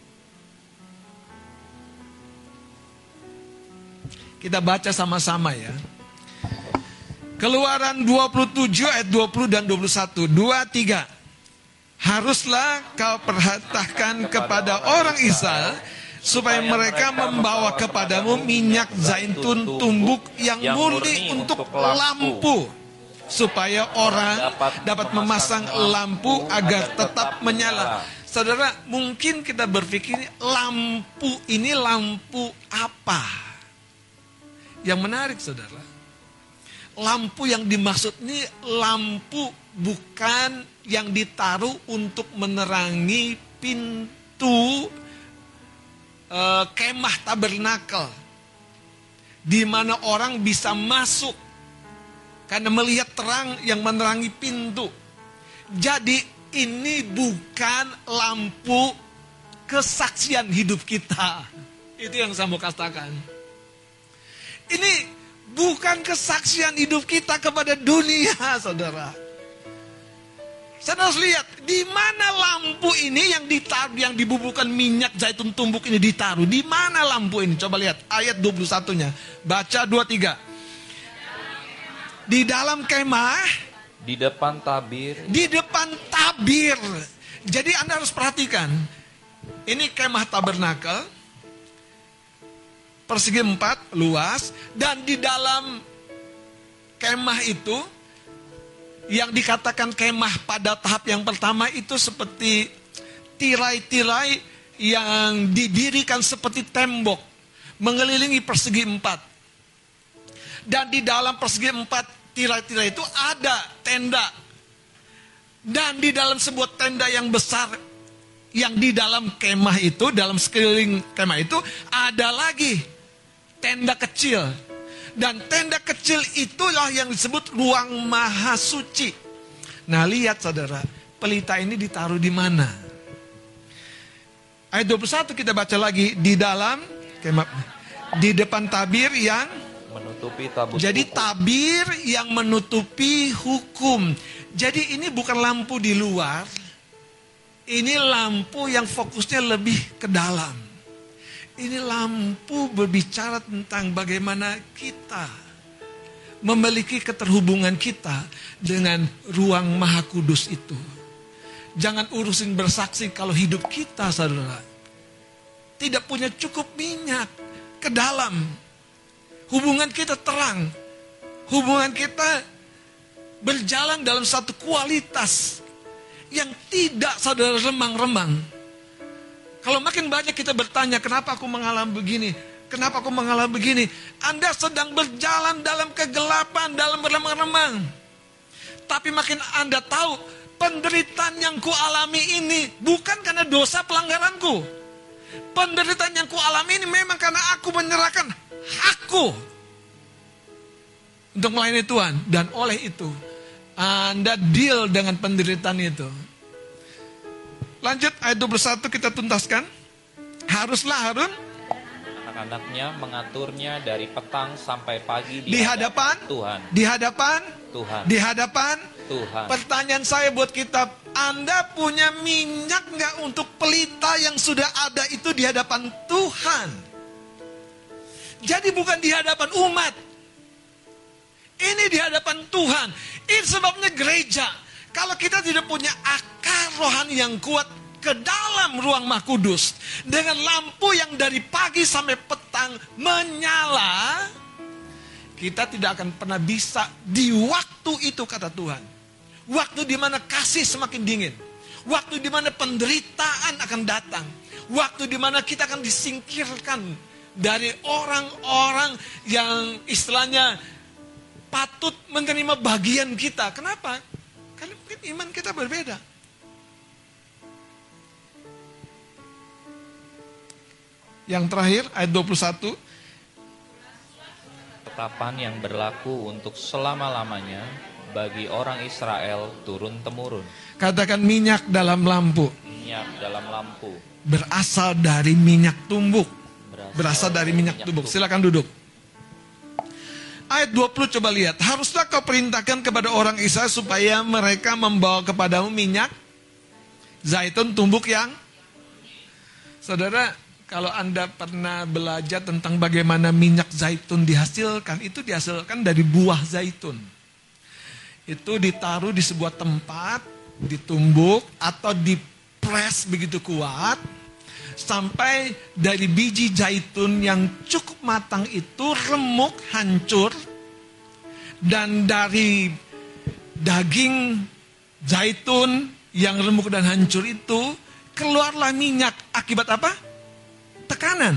Kita baca sama-sama ya. Keluaran dua puluh tujuh ayat dua puluh dan dua puluh satu. Dua, tiga. Haruslah kau perhatikan kepada orang Israel, supaya mereka membawa kepadamu minyak zaitun tumbuk yang murni untuk lampu, supaya orang dapat memasang lampu agar tetap menyala. Saudara, mungkin kita berpikir lampu ini lampu apa? Yang menarik saudara, lampu yang dimaksud ini lampu bukan yang ditaruh untuk menerangi pintu kemah tabernakel, di mana orang bisa masuk karena melihat terang yang menerangi pintu. Jadi ini bukan lampu kesaksian hidup kita. Itu yang saya mau katakan. Ini bukan kesaksian hidup kita kepada dunia, saudara. Saudara harus lihat, di mana lampu ini yang ditaruh, yang dibubuhkan minyak zaitun tumbuk ini ditaruh. Di mana lampu ini? Coba lihat ayat dua puluh satu-nya. Baca dua tiga. Di dalam kemah, di depan tabir. Di depan tabir. Jadi Anda harus perhatikan. Ini kemah tabernakel, persegi empat, luas. Dan di dalam kemah itu, yang dikatakan kemah pada tahap yang pertama itu seperti tirai-tirai yang didirikan seperti tembok mengelilingi persegi empat. Dan di dalam persegi empat tirai-tirai itu ada tenda. Dan di dalam sebuah tenda yang besar, yang di dalam kemah itu, dalam sekeliling kemah itu ada lagi tenda kecil. Dan tenda kecil itulah yang disebut ruang maha suci. Nah, lihat saudara, pelita ini ditaruh di mana? Ayat dua puluh satu kita baca lagi, di dalam kemah, di depan tabir yang menutupi tabut. Jadi hukum. tabir yang menutupi hukum. Jadi ini bukan lampu di luar, ini lampu yang fokusnya lebih ke dalam. Ini lampu berbicara tentang bagaimana kita memiliki keterhubungan kita dengan ruang maha kudus itu. Jangan urusin bersaksi kalau hidup kita, saudara, tidak punya cukup minyak ke dalam. Hubungan kita terang. Hubungan kita berjalan dalam satu kualitas yang tidak, saudara, remang-remang. Kalau makin banyak kita bertanya, kenapa aku mengalami begini? Kenapa aku mengalami begini? Anda sedang berjalan dalam kegelapan, dalam remang-remang. Tapi makin Anda tahu, penderitaan yang kualami ini bukan karena dosa pelanggaranku. Penderitaan yang kualami ini memang karena aku menyerahkan hakku untuk melayani Tuhan. Dan oleh itu, Anda deal dengan penderitaan itu. Lanjut ayat dua puluh satu kita tuntaskan. Haruslah Harun anak-anaknya mengaturnya dari petang sampai pagi di, di hadapan Tuhan. Di hadapan Tuhan. Di hadapan Tuhan. Pertanyaan saya buat kita, Anda punya minyak nggak untuk pelita yang sudah ada itu di hadapan Tuhan? Jadi bukan di hadapan umat. Ini di hadapan Tuhan. Ini sebabnya gereja, kalau kita tidak punya akar rohani yang kuat ke dalam ruang Maha Kudus, dengan lampu yang dari pagi sampai petang menyala, kita tidak akan pernah bisa di waktu itu, kata Tuhan. Waktu di mana kasih semakin dingin. Waktu di mana penderitaan akan datang. Waktu di mana kita akan disingkirkan dari orang-orang yang istilahnya patut menerima bagian kita. Kenapa? Karena mungkin iman kita berbeda. Yang terakhir ayat dua puluh satu. Ketetapan yang berlaku untuk selama-lamanya bagi orang Israel turun-temurun. Katakan minyak dalam lampu. Minyak dalam lampu. Berasal dari minyak tumbuk. Berasal, Berasal dari minyak, minyak tumbuk. Silakan duduk. Ayat dua puluh coba lihat. Haruslah kau perintahkan kepada orang Israel supaya mereka membawa kepadamu minyak zaitun tumbuk yang, saudara, kalau Anda pernah belajar tentang bagaimana minyak zaitun dihasilkan, itu dihasilkan dari buah zaitun. Itu ditaruh di sebuah tempat, ditumbuk atau dipres begitu kuat, sampai dari biji zaitun yang cukup matang itu remuk, hancur. Dan dari daging zaitun yang remuk dan hancur itu, keluarlah minyak. Akibat apa? Tekanan.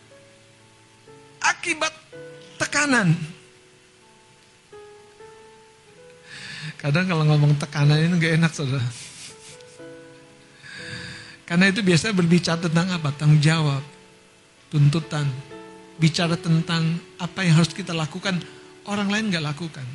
Akibat tekanan. Kadang kalau ngomong tekanan ini gak enak, saudara. Karena itu biasanya berbicara tentang apa? Tanggung jawab, tuntutan. Bicara tentang apa yang harus kita lakukan, orang lain gak lakukan.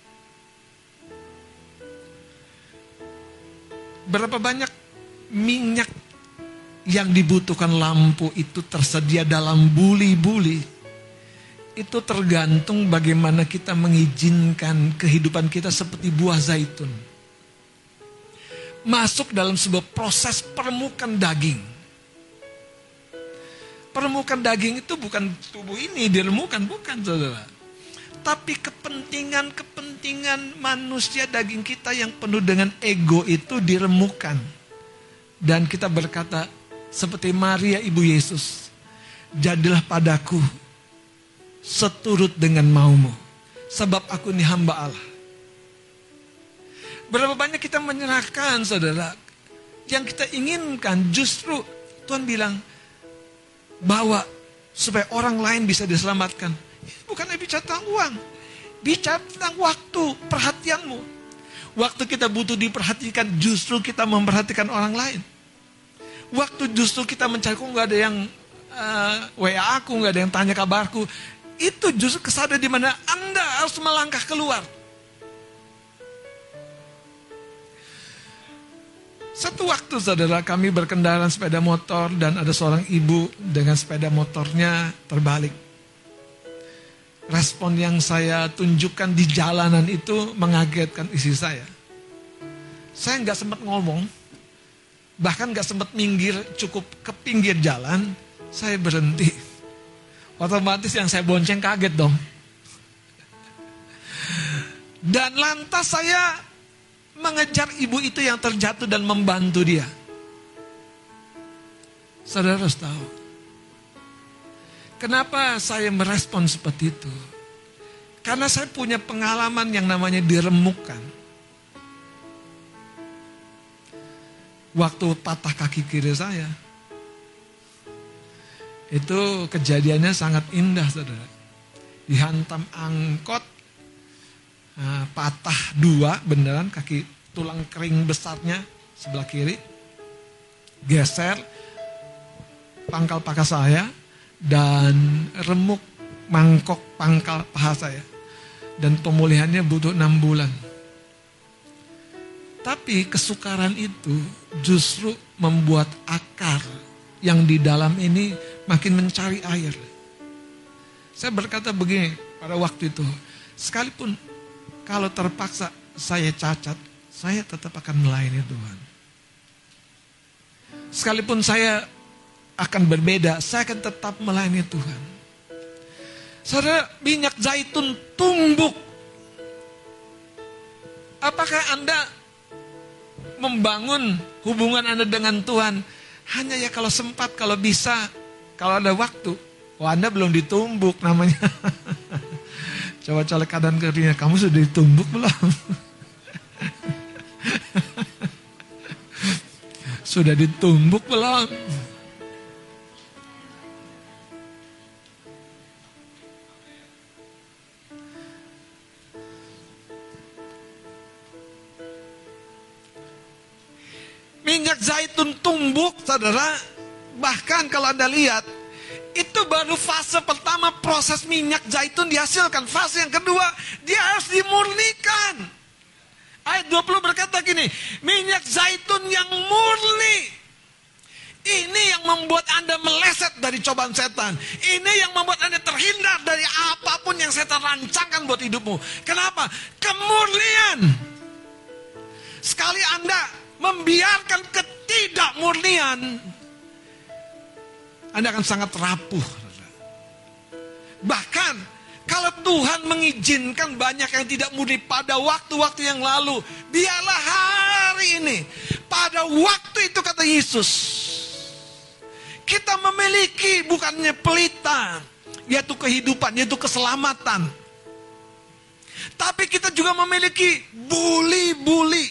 Berapa banyak minyak yang dibutuhkan lampu itu tersedia dalam buli-buli. Itu tergantung bagaimana kita mengizinkan kehidupan kita seperti buah zaitun. masuk dalam sebuah proses permukaan daging. Permukaan daging itu bukan tubuh ini diremukan, bukan saudara. Tapi kepentingan-kepentingan manusia daging kita yang penuh dengan ego itu diremukan. Dan kita berkata seperti Maria ibu Yesus, jadilah padaku seturut dengan maumu, sebab aku ini hamba Allah. Berapa banyak kita menyerahkan saudara, yang kita inginkan justru Tuhan bilang, bawa supaya orang lain bisa diselamatkan. Bukan bicara tentang uang, bicara tentang waktu, perhatianmu. Waktu kita butuh diperhatikan, justru kita memperhatikan orang lain. Waktu justru kita mencari, kok gak ada yang uh, W A aku, gak ada yang tanya kabarku. Itu justru kesadaran di mana Anda harus melangkah keluar. Satu waktu saudara kami berkendaraan sepeda motor dan ada seorang ibu dengan sepeda motornya terbalik. Respon yang saya tunjukkan di jalanan itu mengagetkan istri saya. Saya nggak sempat ngomong, bahkan nggak sempat minggir, cukup ke pinggir jalan, saya berhenti. Otomatis yang saya bonceng kaget dong. Dan lantas saya mengejar ibu itu yang terjatuh dan membantu dia. Saudara harus tahu, kenapa saya merespon seperti itu? Karena saya punya pengalaman yang namanya diremukan. Waktu patah kaki kiri saya, itu kejadiannya sangat indah saudara. Dihantam angkot, nah, patah dua beneran, kaki tulang kering besarnya sebelah kiri geser, pangkal paha saya dan remuk mangkok pangkal paha saya, dan pemulihannya butuh enam bulan. Tapi kesukaran itu justru membuat akar yang di dalam ini makin mencari air. Saya berkata begini pada waktu itu, sekalipun kalau terpaksa saya cacat, saya tetap akan melayani Tuhan. Sekalipun saya akan berbeda, saya akan tetap melayani Tuhan. Saudara, minyak zaitun tumbuk. Apakah Anda membangun hubungan Anda dengan Tuhan hanya ya kalau sempat, kalau bisa, kalau ada waktu? Oh, Anda belum ditumbuk namanya. Coba colek kanan kirinya, kamu sudah ditumbuk belum? Sudah ditumbuk belum? Minyak zaitun tumbuk, saudara. Bahkan kalau Anda lihat, itu baru fase pertama proses minyak zaitun dihasilkan. Fase yang kedua, dia harus dimurnikan. Ayat dua puluh berkata gini, minyak zaitun yang murni. Ini yang membuat Anda meleset dari cobaan setan. Ini yang membuat Anda terhindar dari apapun yang setan rancangkan buat hidupmu. Kenapa? Kemurnian. Sekali Anda membiarkan ketidakmurnian, Anda akan sangat rapuh. Bahkan kalau Tuhan mengizinkan banyak yang tidak murni pada waktu-waktu yang lalu, biarlah hari ini, pada waktu itu kata Yesus, kita memiliki bukannya pelita, yaitu kehidupan, yaitu keselamatan. Tapi kita juga memiliki buli-buli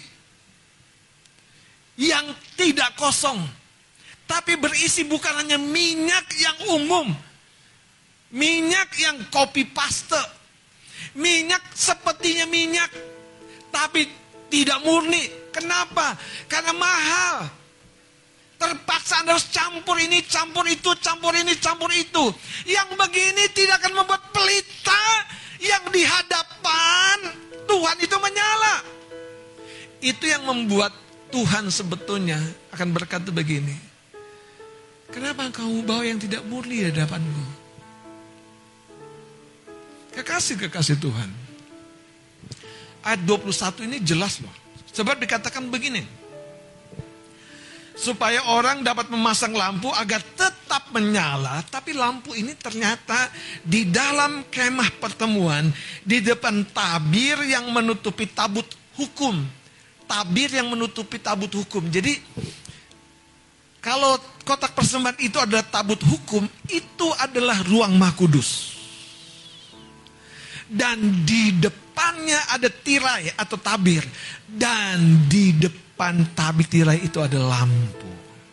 yang tidak kosong, tapi berisi bukan hanya minyak yang umum, minyak yang copy paste, minyak sepertinya minyak, tapi tidak murni. Kenapa? Karena mahal. Terpaksa Anda harus campur ini, campur itu, campur ini, campur itu. Yang begini tidak akan membuat pelita yang di hadapan Tuhan itu menyala. Itu yang membuat Tuhan sebetulnya akan berkata begini, kenapa kamu bawa yang tidak murni di hadapanku? Kekasih-kekasih Tuhan, ayat dua puluh satu ini jelas loh. Sebab dikatakan begini, supaya orang dapat memasang lampu agar tetap menyala. Tapi lampu ini ternyata di dalam kemah pertemuan, di depan tabir yang menutupi tabut hukum. Tabir yang menutupi tabut hukum. Jadi kalau kotak persembahan itu adalah tabut hukum, itu adalah ruang Maha Kudus. Dan di depannya ada tirai atau tabir. Dan di depan tabir tirai itu ada lampu.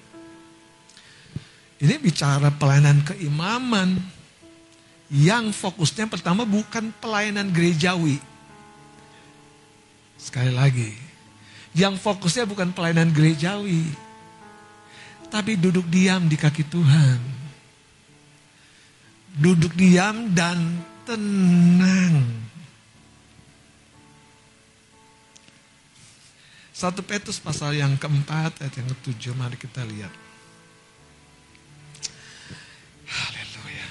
Ini bicara pelayanan keimaman. Yang fokusnya pertama bukan pelayanan gerejawi. Sekali lagi. Yang fokusnya bukan pelayanan gerejawi. Tapi duduk diam di kaki Tuhan. Duduk diam dan tenang. Satu Petrus pasal yang keempat ayat yang ketujuh, mari kita lihat. Haleluya.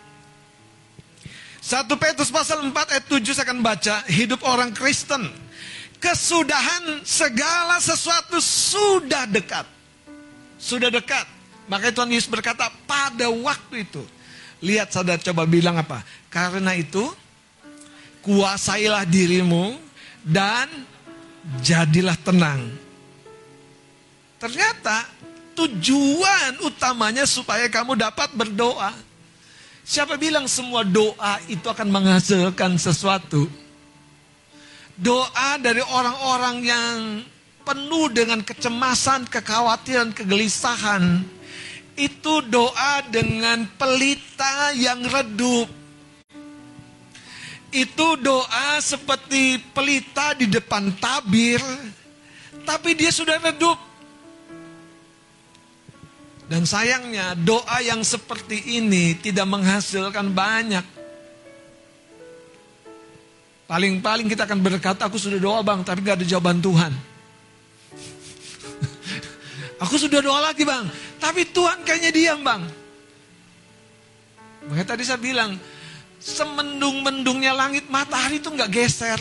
Satu Petrus pasal empat ayat tujuh saya akan baca, hidup orang Kristen. Kesudahan segala sesuatu sudah dekat. Sudah dekat. Makanya Tuhan Yesus berkata pada waktu itu. Lihat saudara, coba bilang apa? Karena itu kuasailah dirimu dan jadilah tenang. Ternyata tujuan utamanya supaya kamu dapat berdoa. Siapa bilang semua doa itu akan menghasilkan sesuatu? Doa dari orang-orang yang penuh dengan kecemasan, kekhawatiran, kegelisahan. Itu doa dengan pelita yang redup. Itu doa seperti pelita di depan tabir, tapi dia sudah redup. Dan sayangnya doa yang seperti ini tidak menghasilkan banyak. Paling-paling kita akan berkata, aku sudah doa bang, tapi gak ada jawaban Tuhan. Aku sudah doa lagi bang, tapi Tuhan kayaknya diam bang. Makanya tadi saya bilang, semendung-mendungnya langit, matahari itu gak geser.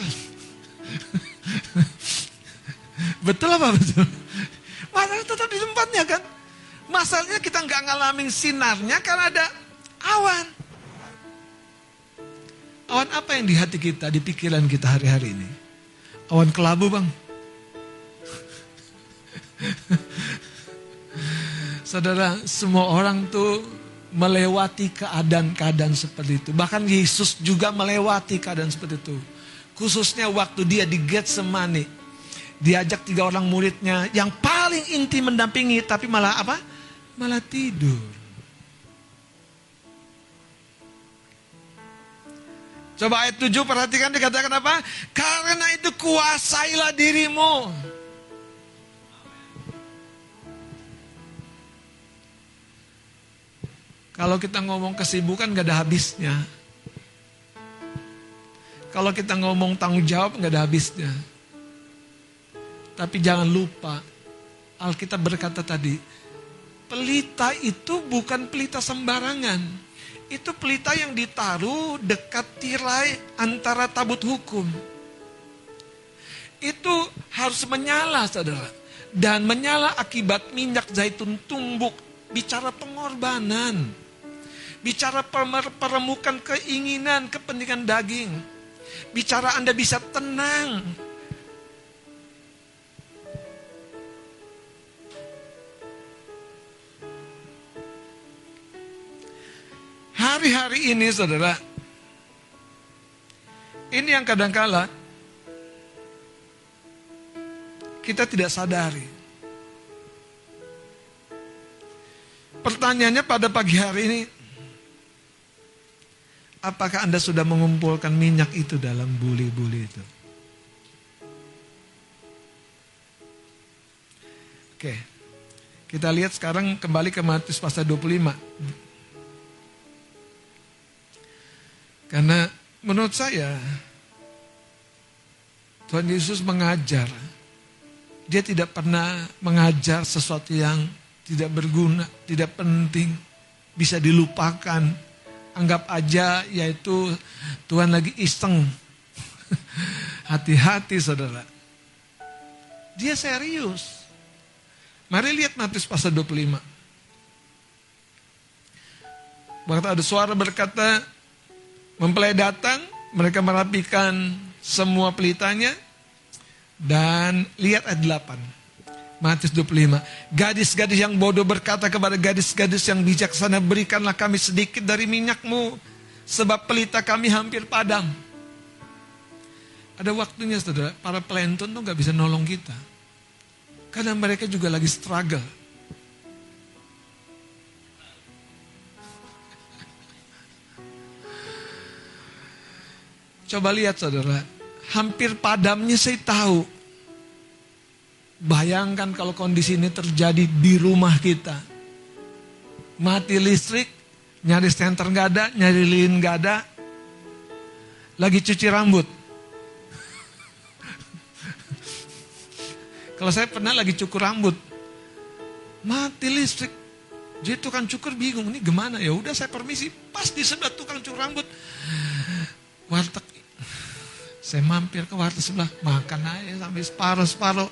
Betul apa betul? Matahari tetap di tempatnya kan. Masalahnya kita gak ngalamin sinarnya karena ada awan. Awan apa yang di hati kita, di pikiran kita hari-hari ini? Awan kelabu bang. Saudara, semua orang tuh melewati keadaan-keadaan seperti itu. Bahkan Yesus juga melewati keadaan seperti itu. Khususnya waktu dia di Getsemani. Diajak tiga orang muridnya yang paling inti mendampingi, tapi malah apa? Malah tidur. Coba ayat tujuh perhatikan, dikatakan apa? Karena itu kuasailah dirimu. Kalau kita ngomong kesibukan gak ada habisnya. Kalau kita ngomong tanggung jawab gak ada habisnya. Tapi jangan lupa, Alkitab berkata tadi, pelita itu bukan pelita sembarangan. Itu pelita yang ditaruh dekat tirai antara tabut hukum. Itu harus menyala, saudara. Dan menyala akibat minyak zaitun tumbuk. Bicara pengorbanan. Bicara peremukan keinginan, kepentingan daging. Bicara Anda bisa tenang. Hari-hari ini saudara, ini yang kadangkala kita tidak sadari. Pertanyaannya pada pagi hari ini, apakah Anda sudah mengumpulkan minyak itu dalam buli-buli itu? Oke, kita lihat sekarang kembali ke Matius pasal dua puluh lima. Karena menurut saya, Tuhan Yesus mengajar. Dia tidak pernah mengajar sesuatu yang tidak berguna, tidak penting, bisa dilupakan. Anggap aja yaitu Tuhan lagi iseng. Hati-hati saudara. Dia serius. Mari lihat Matius pasal dua puluh lima. Waktu ada suara berkata, mempelai datang, mereka merapikan semua pelitanya, dan lihat ayat delapan. Matius dua puluh lima. Gadis-gadis yang bodoh berkata kepada gadis-gadis yang bijaksana, berikanlah kami sedikit dari minyakmu, sebab pelita kami hampir padam. Ada waktunya saudara, para pelentun tuh gak bisa nolong kita. Karena mereka juga lagi struggle. Coba lihat saudara, hampir padamnya saya tahu. Bayangkan kalau kondisi ini terjadi di rumah kita. Mati listrik, nyari senter gak ada, nyari lilin gak ada. Lagi cuci rambut. Kalau saya pernah lagi cukur rambut, mati listrik. Jadi tukang cukur bingung, ini gimana? Ya udah saya permisi, pas di sebelah tukang cukur rambut, warteg. Saya mampir ke warteg sebelah, makan aja sampai separuh-separuh.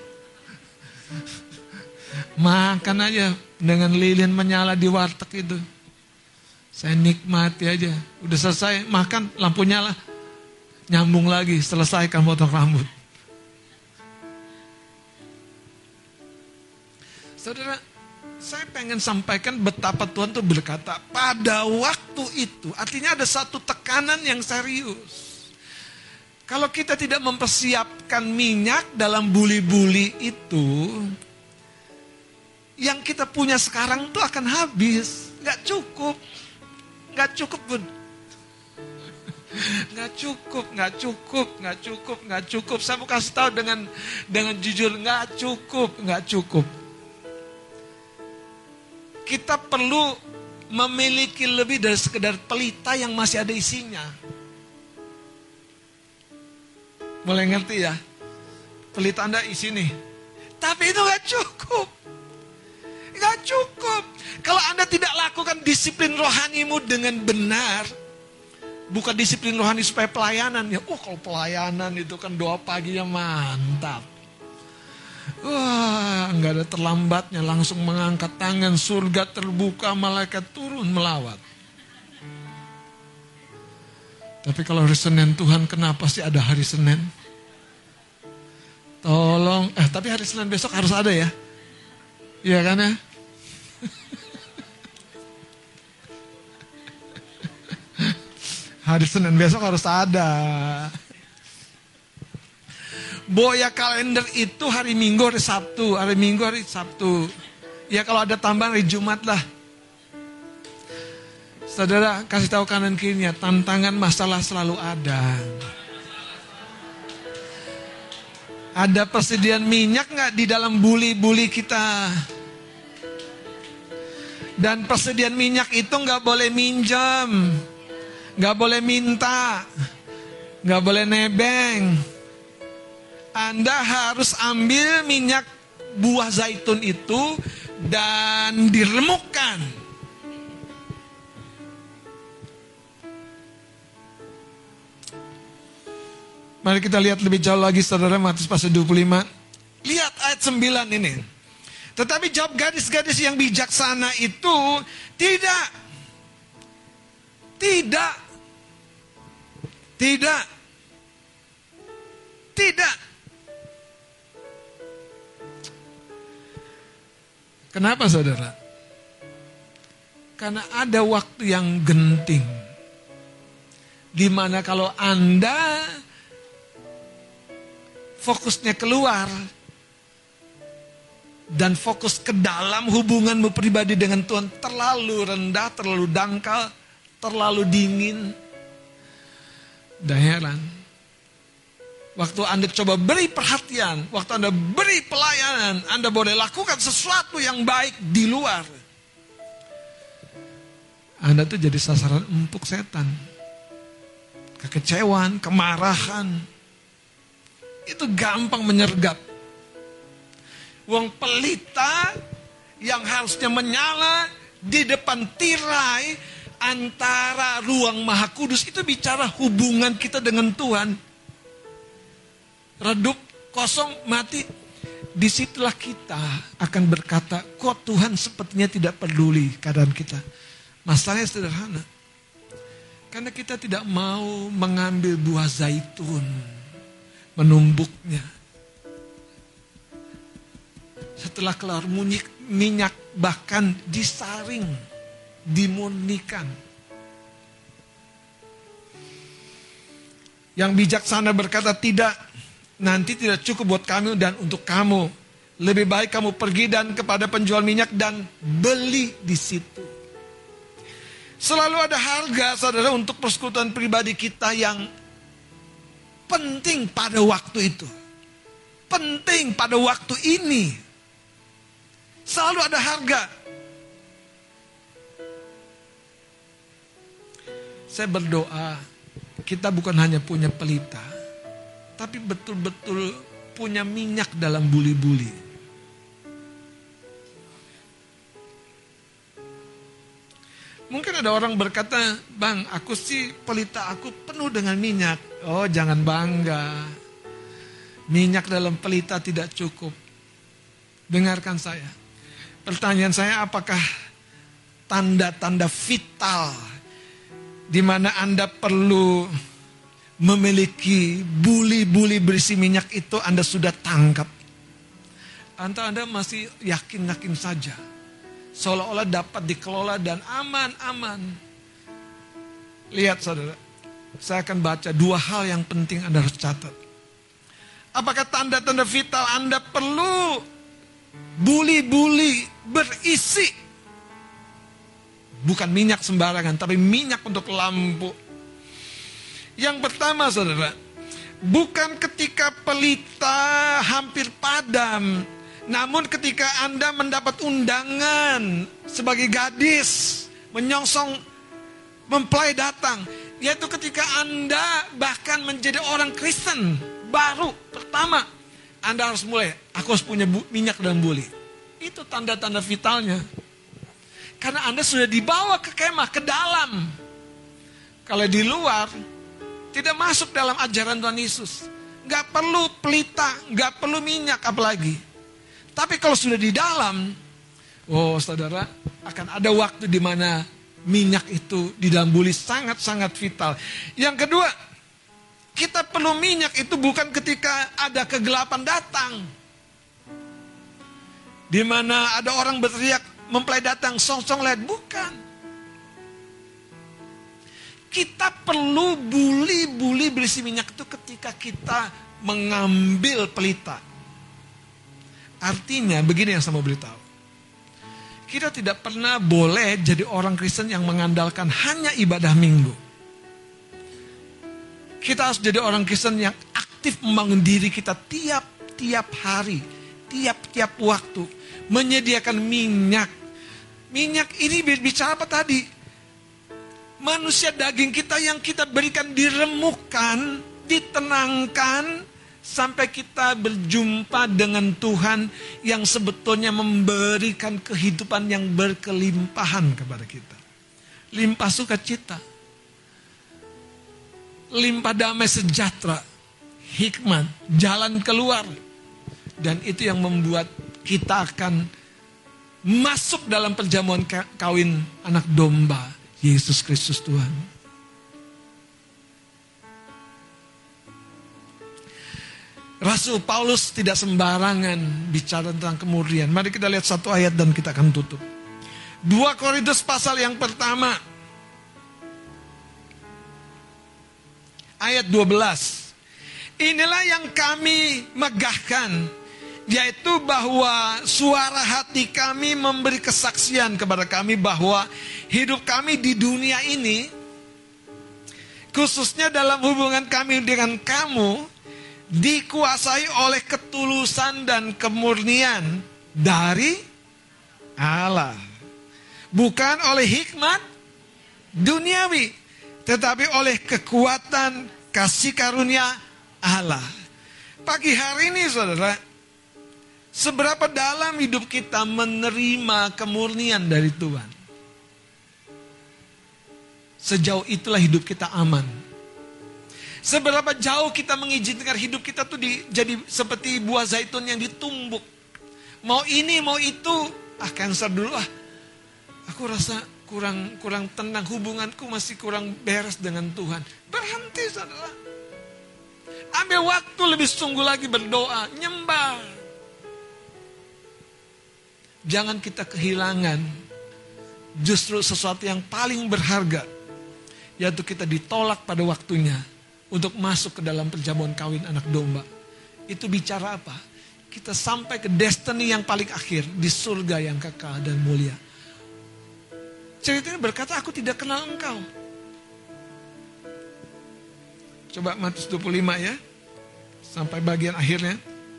Makan aja dengan lilin menyala di warteg itu. Saya nikmati aja. Udah selesai makan, lampu nyala, nyambung lagi, selesaikan potong rambut. Saudara, saya pengen sampaikan betapa Tuhan tuh berkata pada waktu itu. Artinya ada satu tekanan yang serius. Kalau kita tidak mempersiapkan minyak dalam buli-buli itu, yang kita punya sekarang tuh akan habis. Gak cukup. Gak cukup pun. Gak cukup, gak cukup, gak cukup, gak cukup. Saya mau kasih tahu dengan dengan jujur, gak cukup, gak cukup. Kita perlu memiliki lebih dari sekedar pelita yang masih ada isinya. Mulai ngerti ya? Pelita Anda isi nih. Tapi itu gak cukup. Gak cukup. Kalau Anda tidak lakukan disiplin rohanimu dengan benar. Bukan disiplin rohani supaya pelayanan. Ya, oh kalau pelayanan itu kan doa paginya mantap. Wah, nggak ada terlambatnya, langsung mengangkat tangan, surga terbuka, malaikat turun melawat. Tapi kalau hari Senin, Tuhan kenapa sih ada hari Senin? Tolong, eh tapi hari Senin besok harus ada ya? Iya kan ya? Hari Senin besok harus ada. Boya kalender itu hari Minggu, hari Sabtu. Hari Minggu, hari Sabtu. Ya kalau ada tambahan hari Jumat lah. Saudara, kasih tahu kanan kirinya, tantangan masalah selalu ada. Ada persediaan minyak gak di dalam buli-buli kita? Dan persediaan minyak itu gak boleh minjem. Gak boleh minta. Gak boleh nebeng. Anda harus ambil minyak buah zaitun itu dan diremukkan. Mari kita lihat lebih jauh lagi saudara, Matius pasal dua puluh lima. Lihat ayat sembilan ini. Tetapi jawab gadis-gadis yang bijaksana itu, tidak. Tidak. Tidak. Tidak. Kenapa saudara? Karena ada waktu yang genting. Dimana kalau Anda fokusnya keluar dan fokus ke dalam hubunganmu pribadi dengan Tuhan terlalu rendah, terlalu dangkal, terlalu dingin. Dah heran. Waktu Anda coba beri perhatian, waktu Anda beri pelayanan, Anda boleh lakukan sesuatu yang baik di luar. Anda tuh jadi sasaran empuk setan. Kekecewaan, kemarahan. Itu gampang menyergap. Wong pelita yang harusnya menyala di depan tirai antara ruang Maha Kudus, itu bicara hubungan kita dengan Tuhan. Redup, kosong, mati. disitulah kita akan berkata, kok Tuhan sepertinya tidak peduli keadaan kita. Masalahnya sederhana. Karena kita tidak mau mengambil buah zaitun, menumbuknya. Setelah keluar minyak, bahkan disaring, dimurnikan. Yang bijaksana berkata, tidak, nanti tidak cukup buat kami dan untuk kamu. Lebih baik kamu pergi dan kepada penjual minyak dan beli di situ. Selalu ada harga, saudara, untuk persekutuan pribadi kita yang penting pada waktu itu. Penting pada waktu ini. Selalu ada harga. Saya berdoa, kita bukan hanya punya pelita, tapi betul-betul punya minyak dalam buli-buli. Mungkin ada orang berkata, bang, aku sih pelita aku penuh dengan minyak. Oh, jangan bangga. Minyak dalam pelita tidak cukup. Dengarkan saya. Pertanyaan saya, apakah tanda-tanda vital di mana Anda perlu memiliki buli-buli berisi minyak itu Anda sudah tangkap? Atau Anda masih yakin-yakin saja? Seolah-olah dapat dikelola dan aman-aman. Lihat saudara, saya akan baca dua hal yang penting Anda harus catat. Apakah tanda-tanda vital Anda perlu buli-buli berisi? Bukan minyak sembarangan, tapi minyak untuk lampu. Yang pertama saudara, bukan ketika pelita hampir padam, namun ketika Anda mendapat undangan sebagai gadis, menyongsong mempelai datang, yaitu ketika Anda bahkan menjadi orang Kristen baru pertama, Anda harus mulai, aku harus punya minyak dan buli. Itu tanda-tanda vitalnya. Karena Anda sudah dibawa ke kemah, ke dalam. Kalau di luar, tidak masuk dalam ajaran Tuhan Yesus. Gak perlu pelita, gak perlu minyak apalagi. Tapi kalau sudah di dalam, oh saudara, akan ada waktu di mana minyak itu di dalam buli sangat-sangat vital. Yang kedua, kita perlu minyak itu bukan ketika ada kegelapan datang. Di mana ada orang berteriak, mempelai datang, song-song lihat, bukan. Kita perlu buli-buli berisi minyak itu ketika kita mengambil pelita. Artinya begini yang saya mau beritahu. Kita tidak pernah boleh jadi orang Kristen yang mengandalkan hanya ibadah minggu. Kita harus jadi orang Kristen yang aktif membangun diri kita tiap-tiap hari, tiap-tiap waktu. Menyediakan minyak. Minyak ini bicara apa tadi? Manusia daging kita yang kita berikan diremukkan, ditenangkan, sampai kita berjumpa dengan Tuhan yang sebetulnya memberikan kehidupan yang berkelimpahan kepada kita. Limpah sukacita. Limpah damai sejahtera. Hikmat. Jalan keluar. Dan itu yang membuat kita akan masuk dalam perjamuan kawin anak domba Yesus Kristus Tuhan. Rasul Paulus tidak sembarangan bicara tentang kemurnian. Mari kita lihat satu ayat dan kita akan tutup. dua Korintus pasal yang pertama. Ayat dua belas. Inilah yang kami megahkan, yaitu bahwa suara hati kami memberi kesaksian kepada kami bahwa hidup kami di dunia ini, khususnya dalam hubungan kami dengan kamu, dikuasai oleh ketulusan dan kemurnian dari Allah. Bukan oleh hikmat duniawi, tetapi oleh kekuatan kasih karunia Allah. Pagi hari ini saudara, seberapa dalam hidup kita menerima kemurnian dari Tuhan? Sejauh itulah hidup kita aman. Seberapa jauh kita mengizinkan hidup kita tuh di, jadi seperti buah zaitun yang ditumbuk. Mau ini, mau itu, ah cancer dulu ah. Aku rasa kurang kurang tenang, hubunganku masih kurang beres dengan Tuhan. Berhenti saudara. Ambil waktu lebih sungguh lagi berdoa, nyembah. Jangan kita kehilangan justru sesuatu yang paling berharga, yaitu kita ditolak pada waktunya untuk masuk ke dalam perjamuan kawin anak domba. Itu bicara apa? Kita sampai ke destiny yang paling akhir, di surga yang kekal dan mulia. Ceritanya berkata, aku tidak kenal engkau. Coba Matius dua puluh lima ya, sampai bagian akhirnya.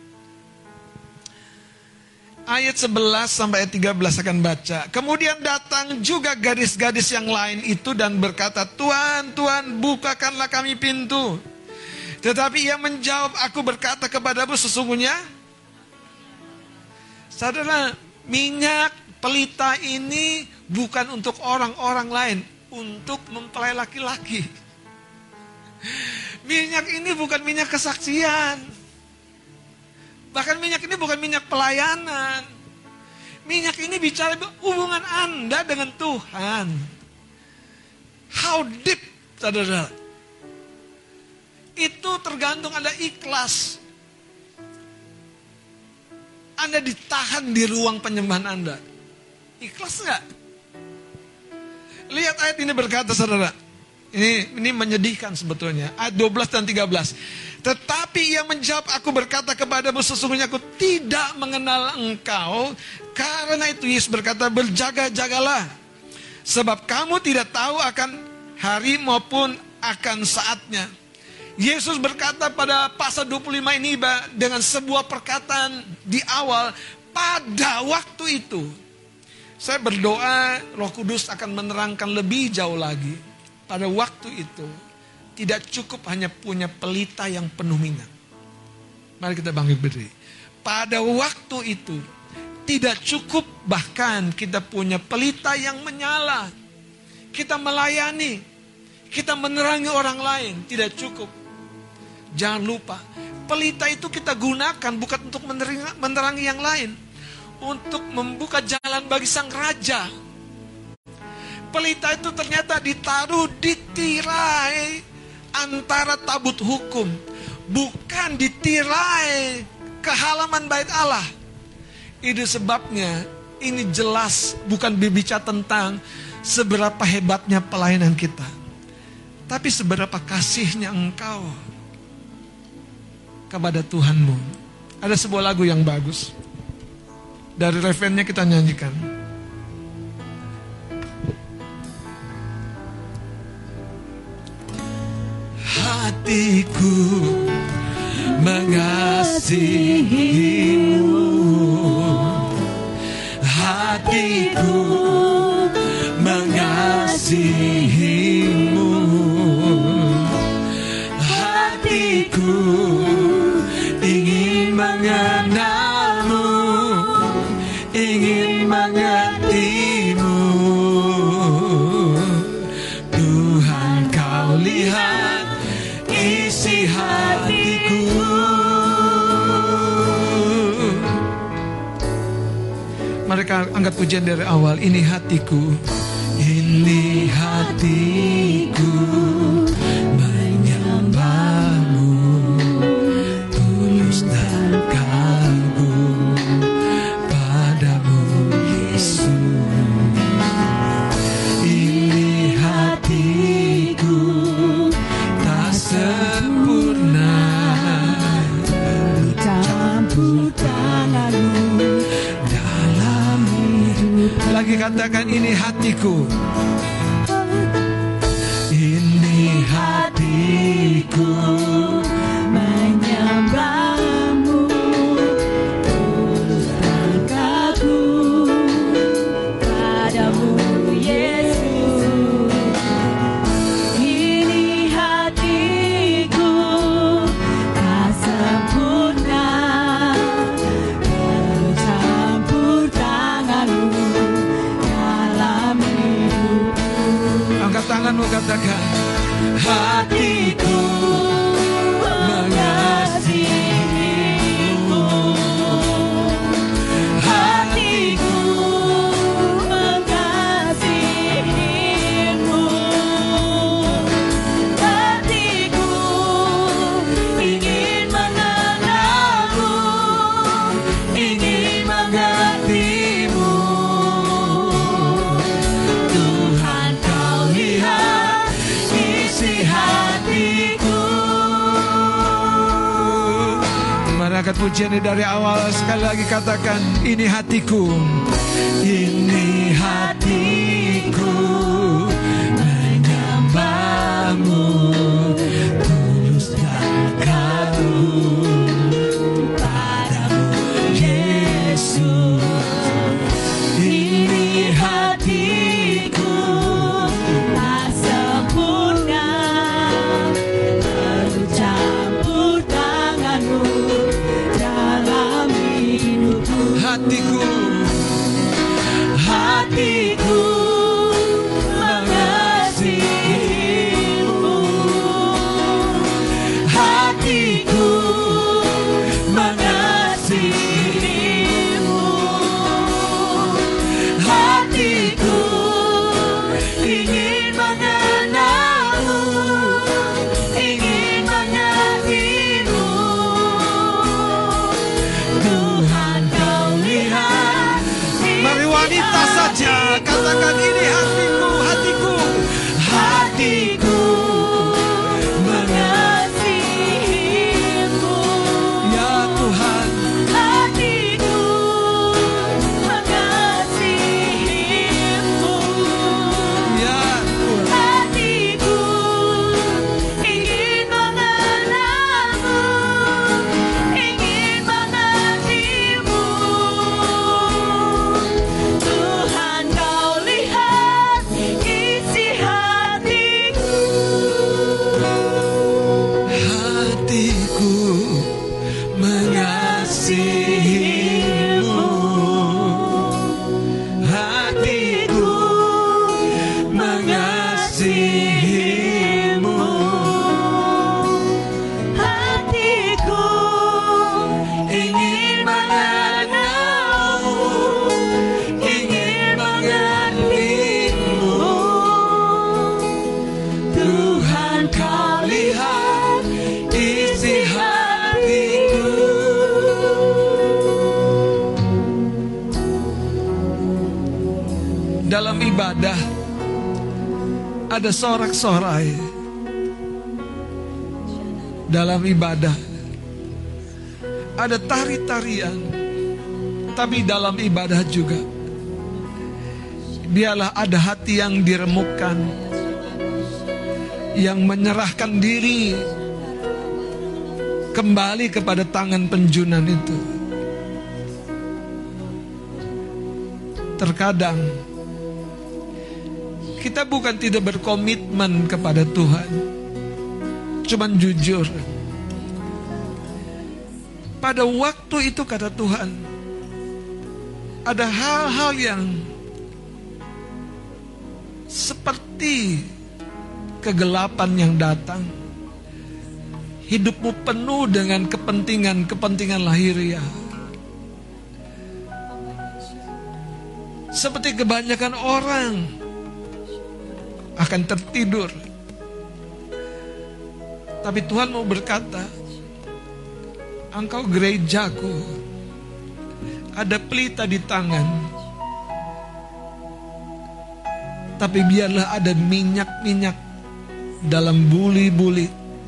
Ayat sebelas sampai ayat tiga belas akan baca. Kemudian datang juga gadis-gadis yang lain itu dan berkata, Tuhan, Tuhan, bukakanlah kami pintu. Tetapi ia menjawab, aku berkata kepadamu sesungguhnya. Saudara, minyak pelita ini bukan untuk orang-orang lain, untuk mempelai laki-laki. Minyak ini bukan minyak kesaksian. Bahkan minyak ini bukan minyak pelayanan. Minyak ini bicara hubungan Anda dengan Tuhan. How deep, saudara. Itu tergantung Anda ikhlas. Anda ditahan di ruang penyembahan Anda. Ikhlas enggak? Lihat ayat ini berkata, saudara. Ini ini menyedihkan sebetulnya. Ayat dua belas dan tiga belas. Tetapi ia menjawab, aku berkata kepadamu sesungguhnya aku tidak mengenal engkau. Karena itu Yesus berkata, berjaga-jagalah. Sebab kamu tidak tahu akan hari maupun akan saatnya. Yesus berkata pada pasal dua puluh lima ini dengan sebuah perkataan di awal, pada waktu itu. Saya berdoa Roh Kudus akan menerangkan lebih jauh lagi. Pada waktu itu tidak cukup hanya punya pelita yang penuh minyak. Mari kita bangkit berdiri. Pada waktu itu tidak cukup bahkan kita punya pelita yang menyala. Kita melayani, kita menerangi orang lain, tidak cukup. Jangan lupa, pelita itu kita gunakan bukan untuk menerangi, menerangi yang lain, untuk membuka jalan bagi sang raja. Pelita itu ternyata ditaruh di tirai antara tabut hukum, bukan di tirai ke halaman bait Allah. Itu sebabnya ini jelas bukan berbicara tentang seberapa hebatnya pelayanan kita, tapi seberapa kasihnya engkau kepada Tuhanmu. Ada sebuah lagu yang bagus, dari refrennya kita nyanyikan. Hatiku mengasihimu, hatiku mengasihimu, hatiku ingin mengenalmu, ingin mengertimu. Tuhan, kau lihat isi hatiku. Mereka angkat pujian dari awal. Ini hatiku, ini hatiku menyembahmu, tulus dan kagum padamu Yesus. Ini hatiku tak sempurna, campur tanganmu dalam hidup. Lagi katakan, ini hatiku, ini hatiku menyembahmu, tulus dan kagum padamu Yesus. Ini hatiku tak sempurna, campur tanganmu dalam hidupku. Angkat tanganmu, katakan, hatiku pujiannya dari awal. Sekali lagi katakan, ini hatiku, ini hatiku menyembahmu, tulus dan kagum padamu Yesus. Ini hatiku tak sempurna, perlu campur tanganmu dalam hidupku. Hatiku, hatiku mengasihimu, hatiku mengasihimu, hatiku ingin mengenalmu, ingin mengertimu. Tuhan, kau lihat. Mari wanita saja katakan, ini hatiku, hatiku, hatiku mengasihimu. Ya Tuhan, hatiku mengasihimu. Ya Tuhan, hatiku ingin mengenalmu, ingin mengertimu. Tuhan, kau lihat isi hatiku. Hatiku mengasihimu, hatiku mengasihimu, hatiku ingin mengenalmu, ingin mengertimu. Tuhan, kau lihat isi hatiku. Dalam ibadah ada sorak-sorai. Dalam ibadah ada tari-tarian. Tapi dalam ibadah juga biarlah ada hati yang diremukkan, yang menyerahkan diri kembali kepada tangan penjunan itu. Terkadang kita bukan tidak berkomitmen kepada Tuhan, cuman jujur. Pada waktu itu kata Tuhan, ada hal-hal yang seperti kegelapan yang datang. Hidupmu penuh dengan kepentingan-kepentingan lahiriah. Seperti kebanyakan orang akan tertidur. Tapi Tuhan mau berkata, engkau gerejaku, ada pelita di tangan, tapi biarlah ada minyak-minyak dalam buli-buli.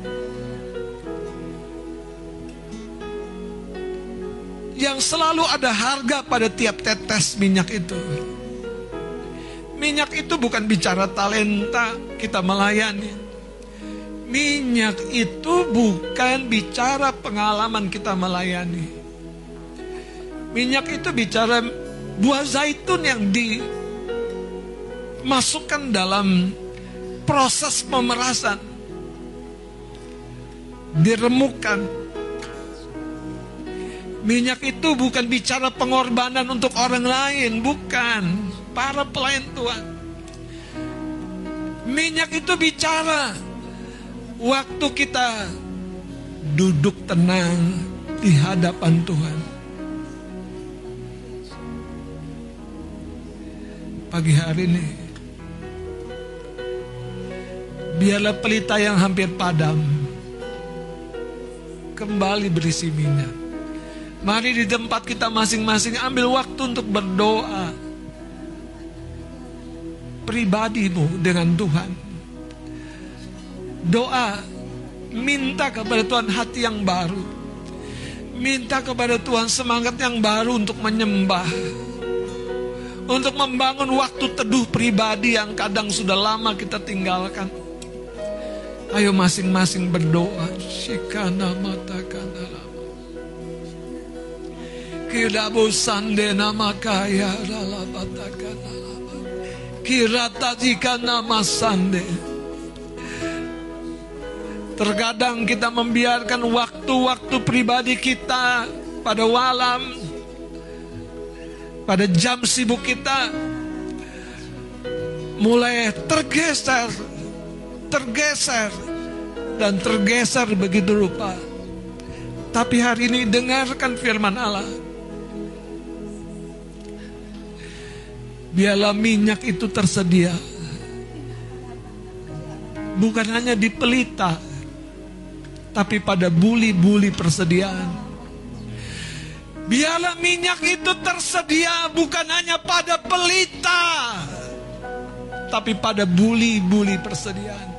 Yang selalu ada harga pada tiap tetes minyak itu. Minyak itu bukan bicara talenta kita melayani. Minyak itu bukan bicara pengalaman kita melayani. Minyak itu bicara buah zaitun yang dimasukkan dalam proses pemerasan, diremukkan. Minyak itu bukan bicara pengorbanan untuk orang lain, bukan. Para pelayan Tuhan. Minyak itu bicara waktu kita duduk tenang di hadapan Tuhan. Pagi hari ini, biarlah pelita yang hampir padam kembali berisi minyak. Mari di tempat kita masing-masing ambil waktu untuk berdoa pribadimu dengan Tuhan. Doa minta kepada Tuhan hati yang baru. Minta kepada Tuhan semangat yang baru untuk menyembah, untuk membangun waktu teduh pribadi yang kadang sudah lama kita tinggalkan. Ayo masing-masing berdoa. Shikana mata kana lama. Kirabu sande nama kaya dalam mata kana lama. Kirata jika nama sande. Terkadang kita membiarkan waktu-waktu pribadi kita pada malam, pada jam sibuk kita mulai tergeser, tergeser, dan tergeser begitu rupa. Tapi hari ini dengarkan firman Allah. Biarlah minyak itu tersedia, bukan hanya di pelita, tapi pada buli-buli persediaan. Biarlah minyak itu tersedia bukan hanya pada pelita, tapi pada buli-buli persediaan.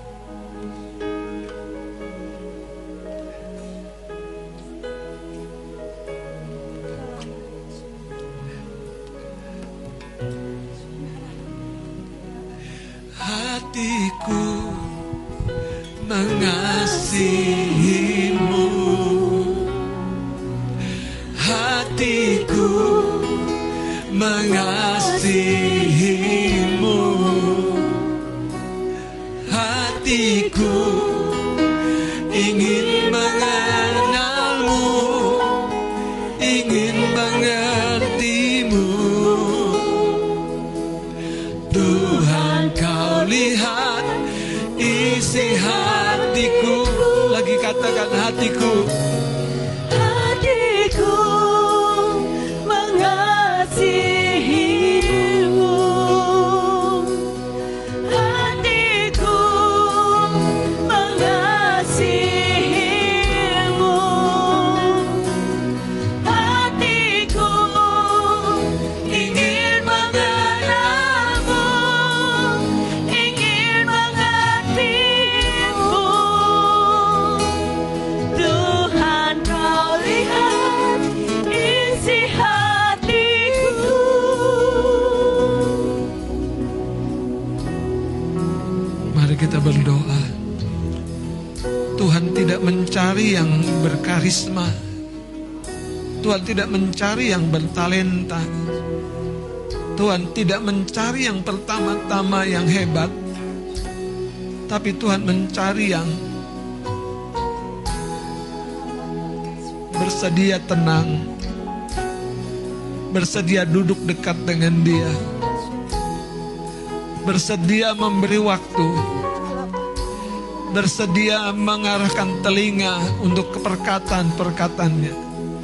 Hatiku mengasihimu, hatiku mengasihimu, hatiku ingin mengenalmu, ingin mengertimu. Tuhan, kau lihat isi hatiku. Lagi katakan hatiku. Hatiku mengasihimu, hatiku mengasihimu, hatiku ingin mengenalmu, ingin mengertimu. Tuhan, kau lihat isi hatiku. Mari kita berdoa. Tuhan tidak mencari yang berkarisma, Tuhan tidak mencari yang bertalenta, Tuhan tidak mencari yang pertama-tama yang hebat, tapi Tuhan mencari yang bersedia tenang, bersedia duduk dekat dengan Dia, bersedia memberi waktu, bersedia mengarahkan telinga untuk keperkataan-perkataannya.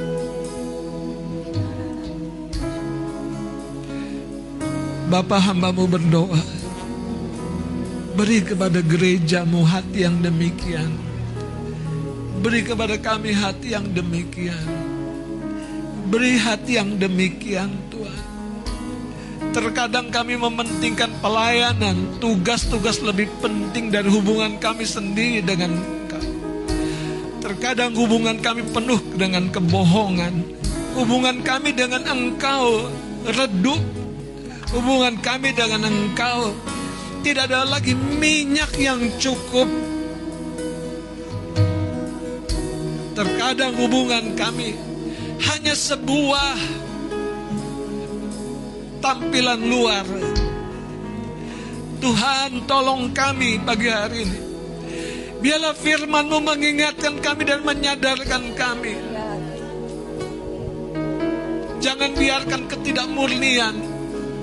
Bapa, hamba-Mu berdoa, beri kepada gereja-Mu hati yang demikian. Beri kepada kami hati yang demikian. Beri hati yang demikian, Tuhan. Terkadang kami mementingkan pelayanan, tugas-tugas lebih penting dari hubungan kami sendiri dengan Engkau. Terkadang hubungan kami penuh dengan kebohongan. Hubungan kami dengan Engkau redup. Hubungan kami dengan Engkau tidak ada lagi minyak yang cukup. Terkadang hubungan kami hanya sebuah tampilan luar. Tuhan, tolong kami pagi hari ini. Biarlah firman-Mu mengingatkan kami dan menyadarkan kami. Jangan biarkan ketidakmurnian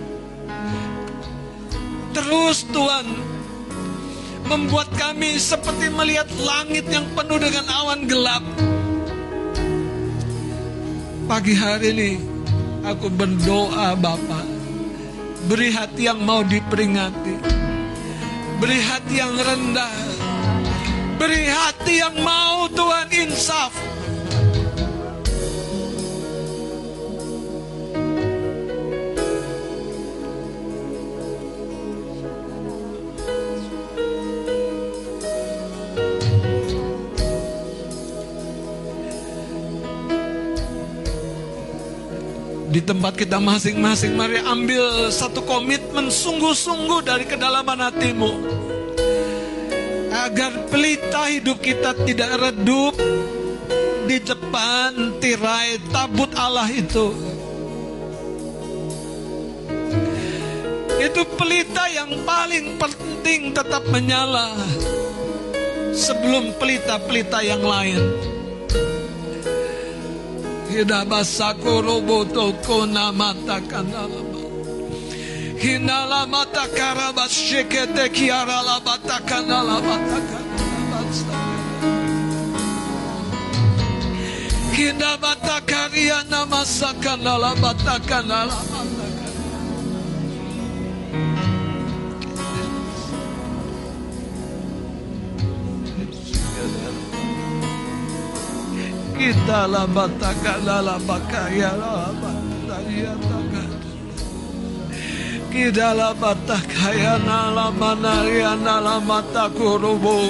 terus, Tuhan, membuat kami seperti melihat langit yang penuh dengan awan gelap. Pagi hari ini aku berdoa, Bapa, beri hati yang mau diperingati, beri hati yang rendah, beri hati yang mau, Tuhan, insaf. tempat kita masing-masing, mari ambil satu komitmen sungguh-sungguh dari kedalaman hatimu, agar pelita hidup kita tidak redup di depan tirai tabut Allah itu. Itu pelita yang paling penting tetap menyala sebelum pelita-pelita yang lain. Hidabasaku roboto kona mata kanalaba. Hinala mata karabas shekete kiara la mata kanala mata kanalabasa. Hindabata karia namasa kanala mata kanala mata. Kita la bataka la bakaya la bataya taka. Kita la batakaya na la manaria na la matakurubo.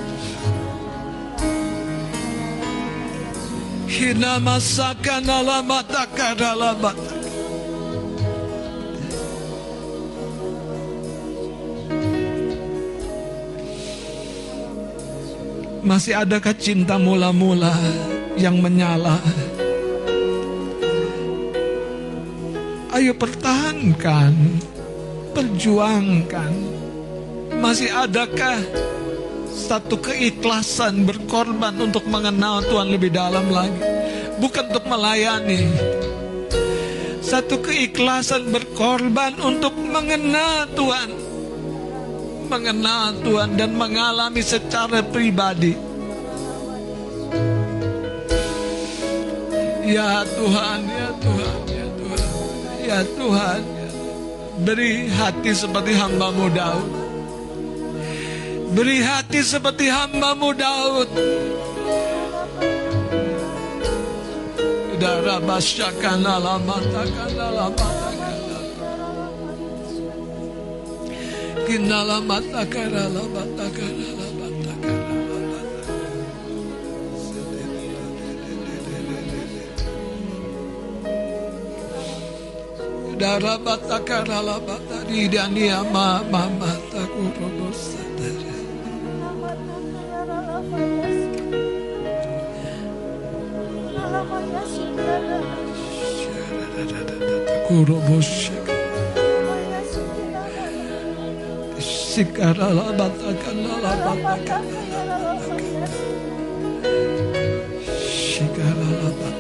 Hina masaka na la mataka la bataka. Masih adakah cinta mula-mula yang menyala? Ayo pertahankan, perjuangkan. Masih adakah satu keikhlasan berkorban untuk mengenal Tuhan lebih dalam lagi? Bukan untuk melayani. Satu keikhlasan berkorban untuk mengenal Tuhan, mengenal Tuhan dan mengalami secara pribadi. Ya Tuhan, ya Tuhan, ya Tuhan, ya Tuhan, ya. Beri hati seperti hamba-Mu Daud. Beri hati seperti hamba-Mu Daud. Darah basyakan alamatakan alamatakan Kinala matakan alamatakan alamatakan Darah batakan alamatari dan yama mama takurobos sadara. Kurobos sikara batakan alamatkan sikara batakan.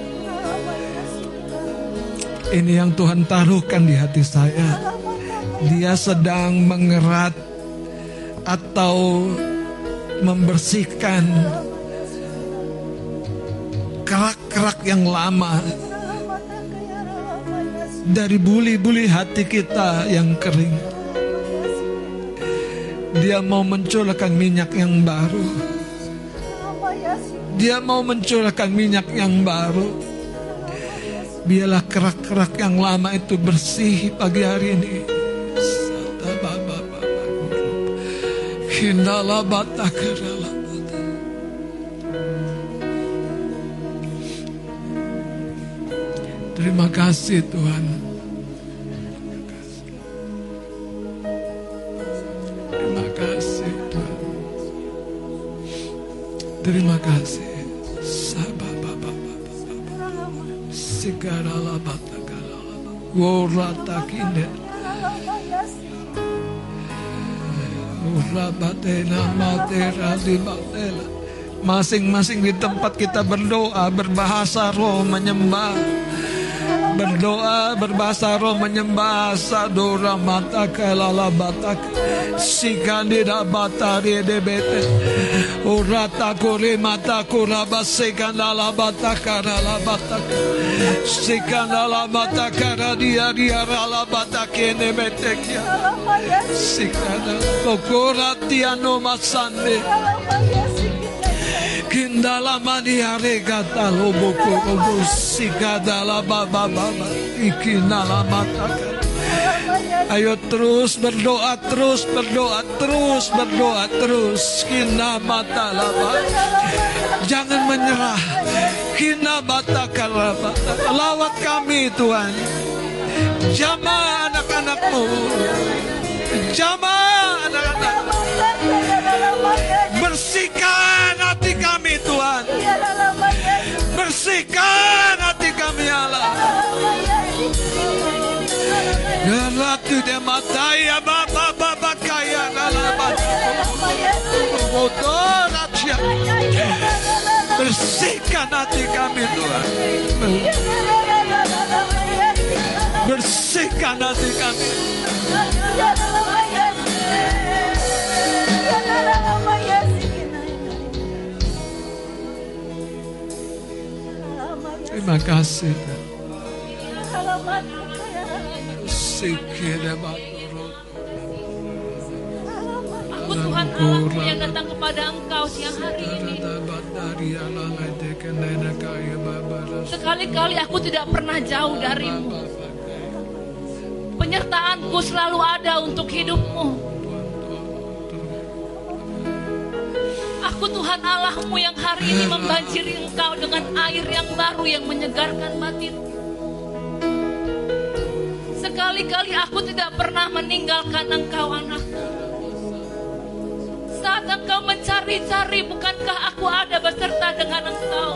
Ini yang Tuhan taruhkan di hati saya. Dia sedang mengerat atau membersihkan kerak-kerak yang lama dari buli-buli hati kita yang kering. Dia mau mencurahkan minyak yang baru. Dia mau mencurahkan minyak yang baru. Biarlah kerak-kerak yang lama itu bersih pagi hari ini. Terima kasih Tuhan. Terima kasih Tuhan. Terima kasih. Sikarala batakala worata kinde urabatena matera di batela. Masing-masing di tempat kita berdoa berbahasa roh menyembah, berdoa berbahasa roh menyembah. Sadora mata kalala batak sikandida batari debete urata kore mata kurabase kanala batak karala batak sikandala batak karadia dia rala batak ene betekia sikandala kokoratiano masande kindala maniare kata loboko lobo sikandala baba baba ikinala batak. Ayo terus berdoa, terus berdoa, terus berdoa, terus. Kina mata laba. Jangan menyerah. Kina bata kalaba. Lawat kami Tuhan. Jamah anak-anakmu, jamah anak-anakmu. Bersihkan hati kami Tuhan, bersihkan hati kami Allah. Ratu de mataya baba baba kaya nalabat. Motor aja. Bersihkan hati kami Tuhan. Bersihkan hati kami. Terima kasih. Aku Tuhan Allahku yang datang kepada Engkau siang hari ini. Sekali-kali aku tidak pernah jauh darimu. Penyertaanku selalu ada untuk hidupmu. Aku Tuhan Allahmu yang hari ini membanjiri Engkau dengan air yang baru yang menyegarkan batinku. Sekali-kali aku tidak pernah meninggalkan Engkau anakku. Saat Engkau mencari-cari, bukankah aku ada beserta dengan Engkau?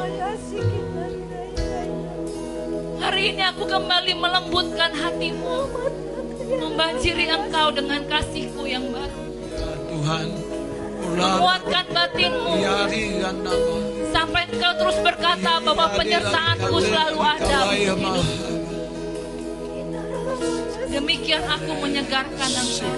Hari ini aku kembali melembutkan hatimu, membanjiri Engkau dengan kasih-Ku yang baru. Tuhan, menguatkan batinmu sampai Engkau terus berkata bahwa penyertaan-Ku selalu ada untuk hidupmu. Demikian aku menyegarkan Engkau.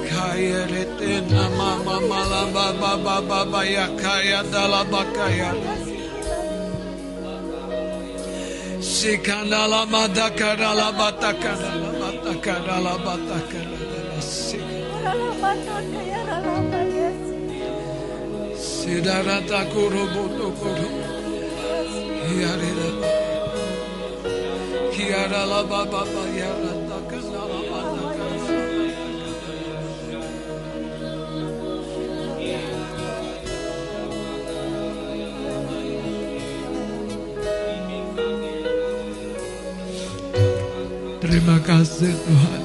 Sikandala madakara batakara batakara batakara Sidarata kurubutu kuru Hiarila Hiarala baba bayarata kanala batakara. Terima kasih Tuhan.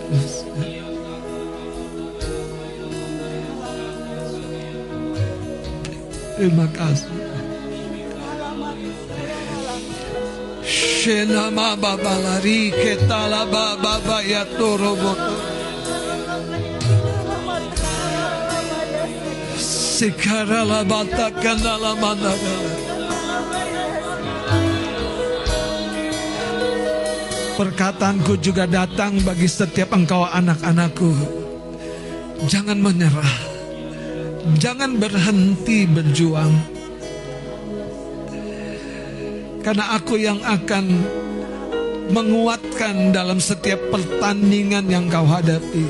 Terima kasih. Shenama babalari ketala baba ya toroboto. Sikarala batakandala mandala. Perkataanku juga datang bagi setiap engkau anak-anakku. Jangan menyerah. Jangan berhenti berjuang. Karena aku yang akan menguatkan dalam setiap pertandingan yang kau hadapi.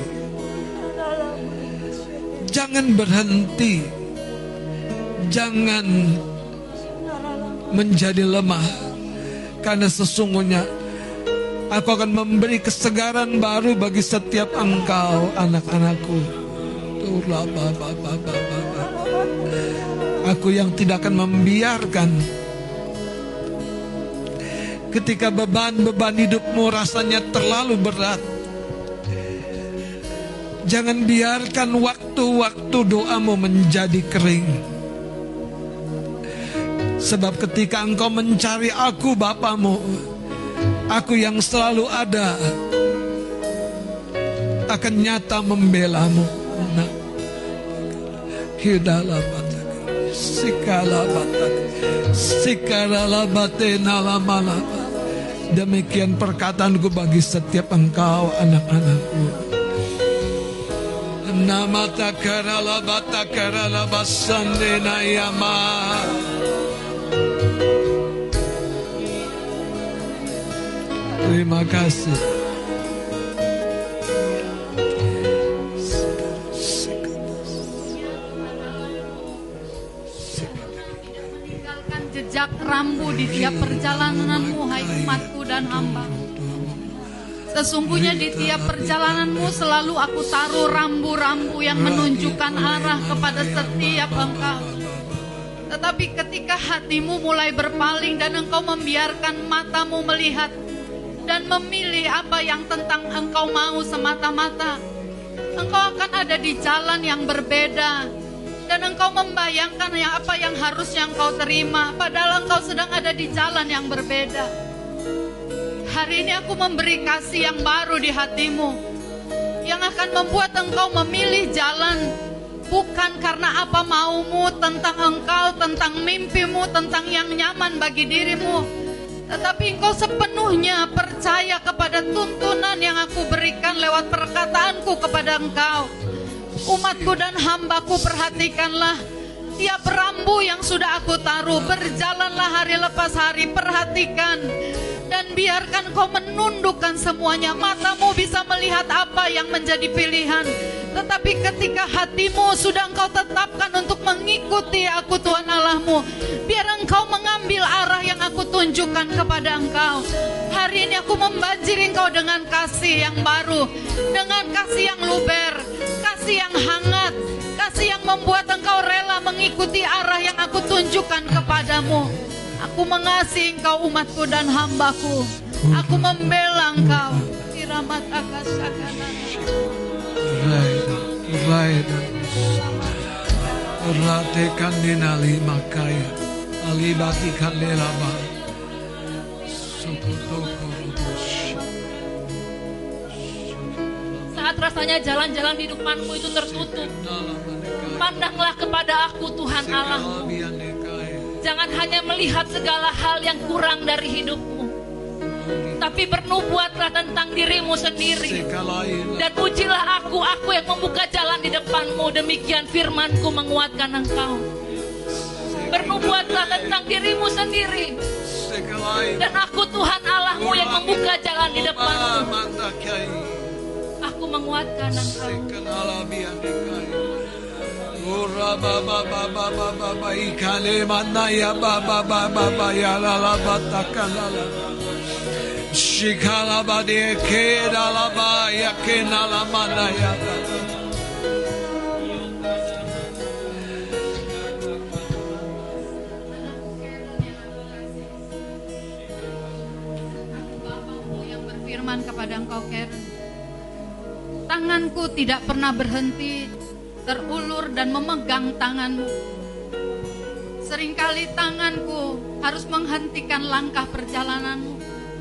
Jangan berhenti. Jangan menjadi lemah. Karena sesungguhnya aku akan memberi kesegaran baru bagi setiap engkau anak-anakku. Aku yang tidak akan membiarkan ketika beban-beban hidupmu rasanya terlalu berat. Jangan biarkan waktu-waktu doamu menjadi kering. Sebab ketika engkau mencari aku Bapamu, aku yang selalu ada akan nyata membelamu. Nah, hidala batak, sikala batak, sikala batena lama lama. Demikian perkataanku bagi setiap engkau anak-anakku. Nama takarala batakarala basandena yama. Terima kasih. Meninggalkan jejak rambu di tiap perjalananmu, hai umatku dan hamba. Sesungguhnya di tiap perjalananmu selalu aku taruh rambu-rambu yang menunjukkan arah kepada setiap engkau. Tetapi ketika hatimu mulai berpaling dan engkau membiarkan matamu melihat dan memilih apa yang tentang Engkau mau semata-mata, Engkau akan ada di jalan yang berbeda. Dan Engkau membayangkan yang apa yang harusnya Engkau terima, padahal Engkau sedang ada di jalan yang berbeda. Hari ini aku memberi kasih yang baru di hatimu, yang akan membuat Engkau memilih jalan, bukan karena apa maumu tentang Engkau, tentang mimpimu, tentang yang nyaman bagi dirimu, tetapi Engkau sepenuhnya percaya kepada tuntunan yang aku berikan lewat perkataanku kepada Engkau. Umatku dan hambaku, perhatikanlah tiap rambu yang sudah aku taruh. Berjalanlah hari lepas hari, perhatikan dan biarkan Kau menundukkan semuanya. Matamu bisa melihat apa yang menjadi pilihan, tetapi ketika hatimu sudah Engkau tetapkan untuk mengikuti aku Tuhan Allahmu, biar Engkau mengambil arah yang aku tunjukkan kepada Engkau. Hari ini aku membanjiri Engkau dengan kasih yang baru, dengan kasih yang luber, kasih yang hangat, kasih yang membuat Engkau rela mengikuti arah yang aku tunjukkan kepadamu. Aku mengasihi Engkau umatku dan hambaku. Aku membela Engkau. Kiramat akasakana. Raida, Raida, Ratekan dinali makaya, alibatikan lelaba, saat rasanya jalan-jalan di depanmu itu tertutup, pandanglah kepada aku Tuhan Allahmu. Jangan hanya melihat segala hal yang kurang dari hidupmu, tapi bernubuatlah tentang dirimu sendiri. Dan ujilah aku, aku yang membuka jalan di depanmu. Demikian firmanku menguatkan engkau. Bernubuatlah tentang dirimu sendiri. Dan aku Tuhan Allahmu yang membuka jalan di depanmu. Aku menguatkan engkau. Ora baba baba baba baba ikale mana ya baba baba baba ya la la batakalala shikala bade ke la ba ya ke na la mana ya. Bapamu yang berfirman kepada engkau, Karen, tanganku tidak pernah berhenti terulur dan memegang tanganmu. Seringkali tanganku harus menghentikan langkah perjalananmu.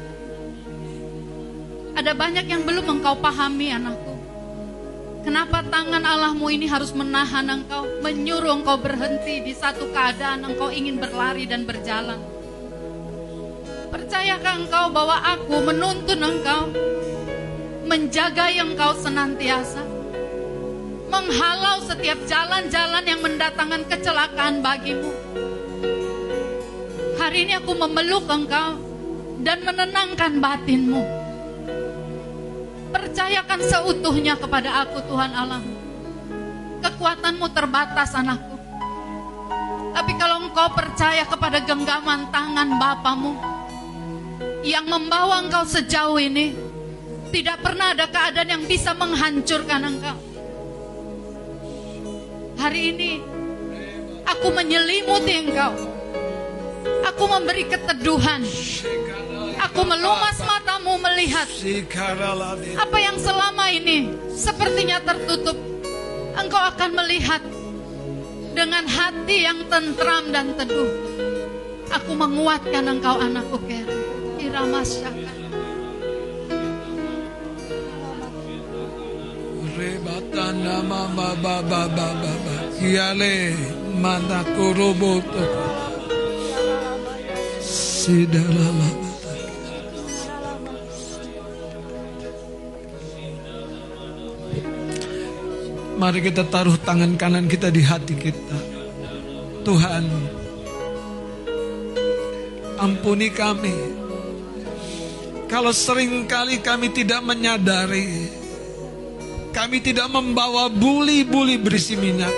Ada banyak yang belum engkau pahami, anakku. Kenapa tangan Allahmu ini harus menahan engkau, menyuruh engkau berhenti di satu keadaan engkau ingin berlari dan berjalan? Percayakah engkau bahwa aku menuntun engkau, menjaga engkau senantiasa, menghalau setiap jalan-jalan yang mendatangkan kecelakaan bagimu? Hari ini aku memeluk engkau dan menenangkan batinmu. Percayakan seutuhnya kepada aku Tuhan Allahmu. Kekuatanmu terbatas, anakku. Tapi kalau engkau percaya kepada genggaman tangan Bapamu yang membawa engkau sejauh ini, tidak pernah ada keadaan yang bisa menghancurkan engkau. Hari ini aku menyelimuti engkau. Aku memberi keteduhan. Aku melumas matamu melihat apa yang selama ini sepertinya tertutup. Engkau akan melihat dengan hati yang tentram dan teduh. Aku menguatkan engkau, anakku Karen. Irama syaka. Rebatana mama baba baba yale mana kurubuto sidalala. Mari kita taruh tangan kanan kita di hati kita. Tuhan, ampuni kami kalau seringkali kami tidak menyadari, kami tidak membawa buli-buli berisi minyak,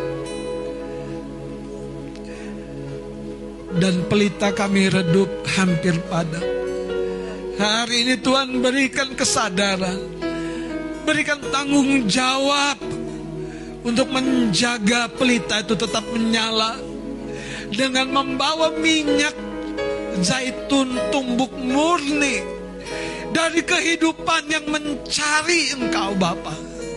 dan pelita kami redup hampir padam. Hari ini Tuhan berikan kesadaran, berikan tanggung jawab untuk menjaga pelita itu tetap menyala dengan membawa minyak zaitun tumbuk murni dari kehidupan yang mencari Engkau Bapa.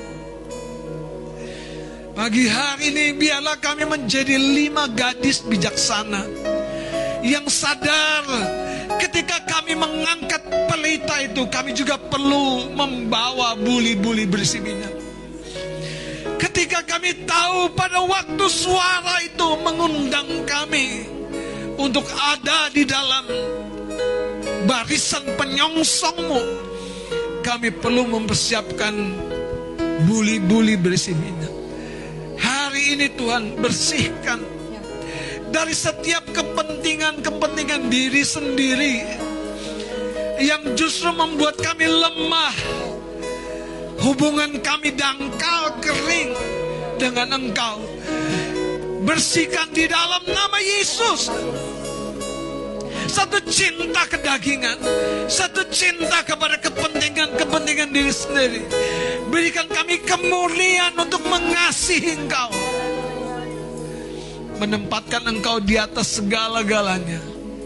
Pagi hari ini biarlah kami menjadi lima gadis bijaksana yang sadar ketika kami mengangkat pelita itu, kami juga perlu membawa buli-buli berisi minyak. Ketika kami tahu pada waktu suara itu mengundang kami untuk ada di dalam barisan penyongsong-Mu, kami perlu mempersiapkan buli-buli berisi minyak. Hari ini Tuhan, bersihkan dari setiap kepentingan-kepentingan diri sendiri yang justru membuat kami lemah. Hubungan kami dangkal kering dengan Engkau. Bersihkan di dalam nama Yesus. Satu cinta kedagingan, satu cinta kepada kepentingan-kepentingan diri sendiri. Berikan kami kemurnian untuk mengasihi Engkau, menempatkan Engkau di atas segala-galanya.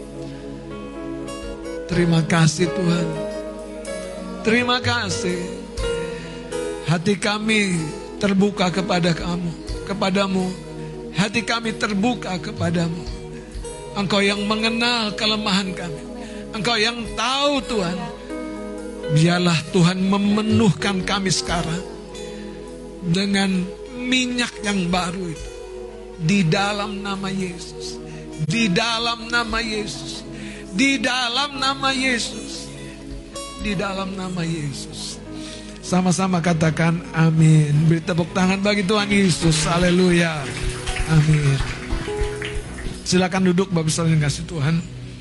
Terima kasih Tuhan. Terima kasih. Hati kami terbuka kepada kamu, kepadamu. Hati kami terbuka kepadamu. Engkau yang mengenal kelemahan kami. Engkau yang tahu Tuhan. Biarlah Tuhan memenuhkan kami sekarang dengan minyak yang baru itu. Di dalam nama Yesus. Di dalam nama Yesus. Di dalam nama Yesus. Di dalam nama Yesus. Sama-sama katakan amin. Beri tepuk tangan bagi Tuhan Yesus. Haleluya. Amin. Silakan duduk Bapak Saudara yang kasih Tuhan.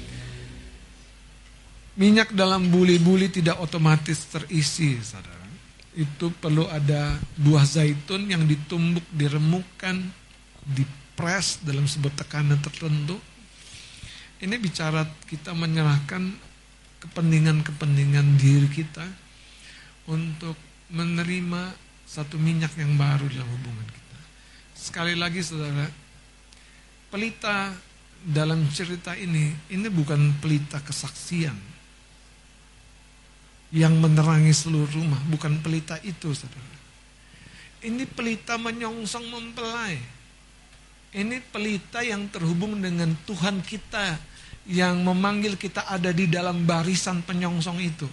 Minyak dalam buli-buli tidak otomatis terisi, saudara. Itu perlu ada buah zaitun yang ditumbuk, diremukkan, dipres dalam sebuah tekanan tertentu. Ini bicara kita menyerahkan kepentingan-kepentingan diri kita untuk menerima satu minyak yang baru dalam hubungan kita. Sekali lagi saudara, pelita dalam cerita ini, ini bukan pelita kesaksian yang menerangi seluruh rumah, bukan pelita itu saudara. Ini pelita menyongsong mempelai. Ini pelita yang terhubung dengan Tuhan kita yang memanggil kita ada di dalam barisan penyongsong itu.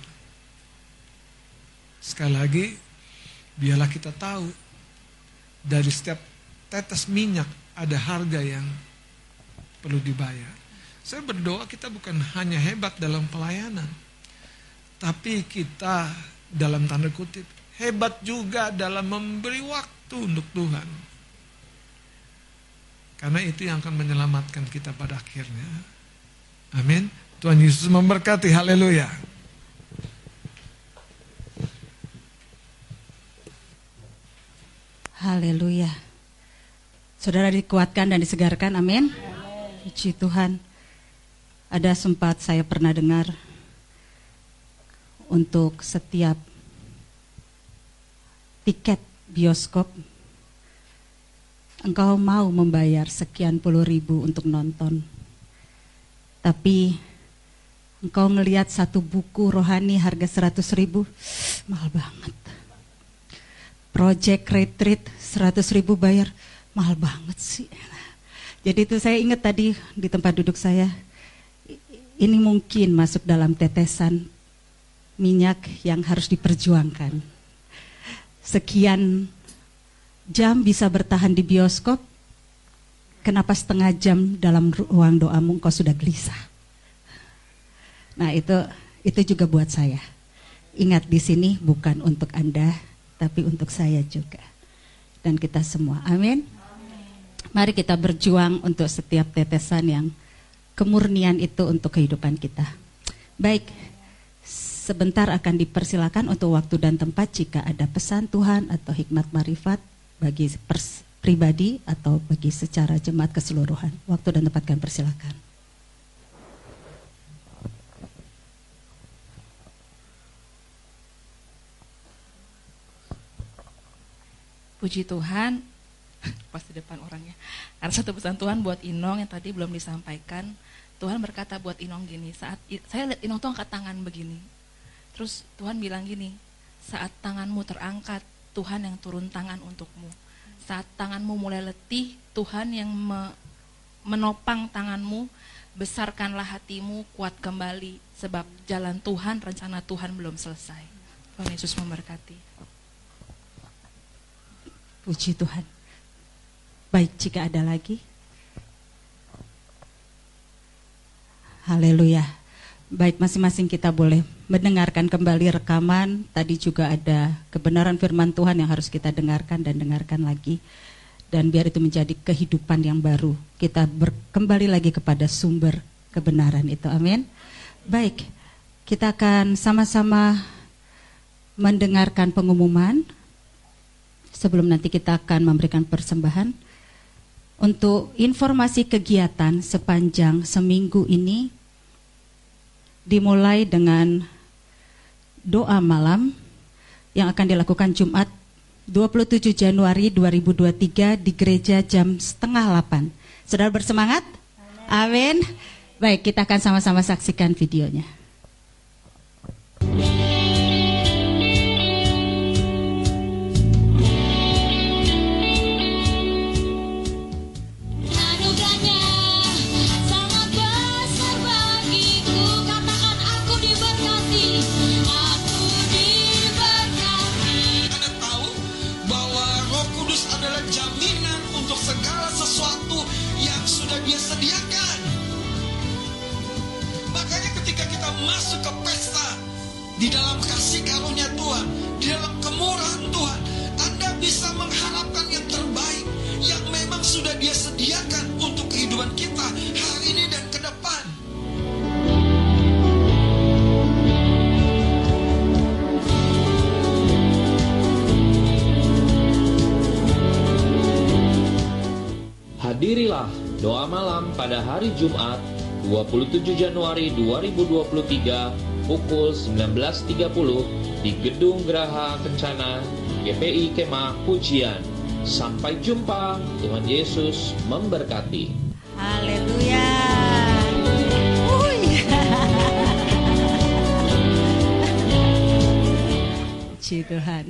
Sekali lagi, biarlah kita tahu dari setiap tetes minyak ada harga yang perlu dibayar. Saya berdoa kita bukan hanya hebat dalam pelayanan, tapi kita dalam tanda kutip hebat juga dalam memberi waktu untuk Tuhan. Karena itu yang akan menyelamatkan kita pada akhirnya. Amin. Tuhan Yesus memberkati. Haleluya. Haleluya. Saudara dikuatkan dan disegarkan. Amin. Puji Tuhan. Ada sempat saya pernah dengar untuk setiap tiket bioskop engkau mau membayar sekian puluh ribu untuk nonton, tapi engkau ngelihat satu buku rohani harga seratus ribu, mahal banget. Project retreat seratus ribu bayar, mahal banget sih. Jadi itu saya ingat tadi di tempat duduk saya, ini mungkin masuk dalam tetesan minyak yang harus diperjuangkan. Sekian jam bisa bertahan di bioskop, kenapa setengah jam dalam ruang doamu engkau sudah gelisah? Nah itu itu juga buat saya. Ingat di sini bukan untuk Anda, tapi untuk saya juga dan kita semua. Amin. Mari kita berjuang untuk setiap tetesan yang kemurnian itu untuk kehidupan kita. Baik, sebentar akan dipersilakan untuk waktu dan tempat jika ada pesan Tuhan atau hikmat marifat bagi pers- pribadi atau bagi secara jemaat keseluruhan. Waktu dan tempat kami persilakan. Puji Tuhan, pas di depan orangnya. Ada satu pesan Tuhan buat Inong yang tadi belum disampaikan. Tuhan berkata buat Inong gini, saat saya lihat Inong tuh angkat tangan begini. Terus Tuhan bilang gini, saat tanganmu terangkat, Tuhan yang turun tangan untukmu. Saat tanganmu mulai letih, Tuhan yang me- menopang tanganmu. Besarkanlah hatimu, kuat kembali, sebab jalan Tuhan, rencana Tuhan belum selesai. Tuhan Yesus memberkati. Puji Tuhan. Baik, jika ada lagi. Haleluya. Baik, masing-masing kita boleh mendengarkan kembali rekaman. Tadi juga ada kebenaran firman Tuhan yang harus kita dengarkan dan dengarkan lagi. Dan biar itu menjadi kehidupan yang baru. Kita ber- kembali lagi kepada sumber kebenaran itu. Amin. Baik, kita akan sama-sama mendengarkan pengumuman. Sebelum nanti kita akan memberikan persembahan. Untuk informasi kegiatan sepanjang seminggu ini, dimulai dengan doa malam yang akan dilakukan Jumat dua puluh tujuh Januari dua ribu dua puluh tiga di gereja jam setengah delapan. Saudara bersemangat? Amin. Baik, kita akan sama-sama saksikan videonya. Dia sediakan. Makanya ketika kita masuk ke pesta di dalam kasih karunia Tuhan, di dalam kemurahan Tuhan, Anda bisa mengharapkan yang terbaik yang memang sudah Dia sediakan untuk kehidupan kita hari ini dan ke depan. Hadirilah doa malam pada hari Jumat dua puluh tujuh Januari dua ribu dua puluh tiga pukul sembilan belas tiga puluh di Gedung Geraha Kencana G P I Kemah Pujian. Sampai jumpa, Tuhan Yesus memberkati. Haleluya. Puji Tuhan.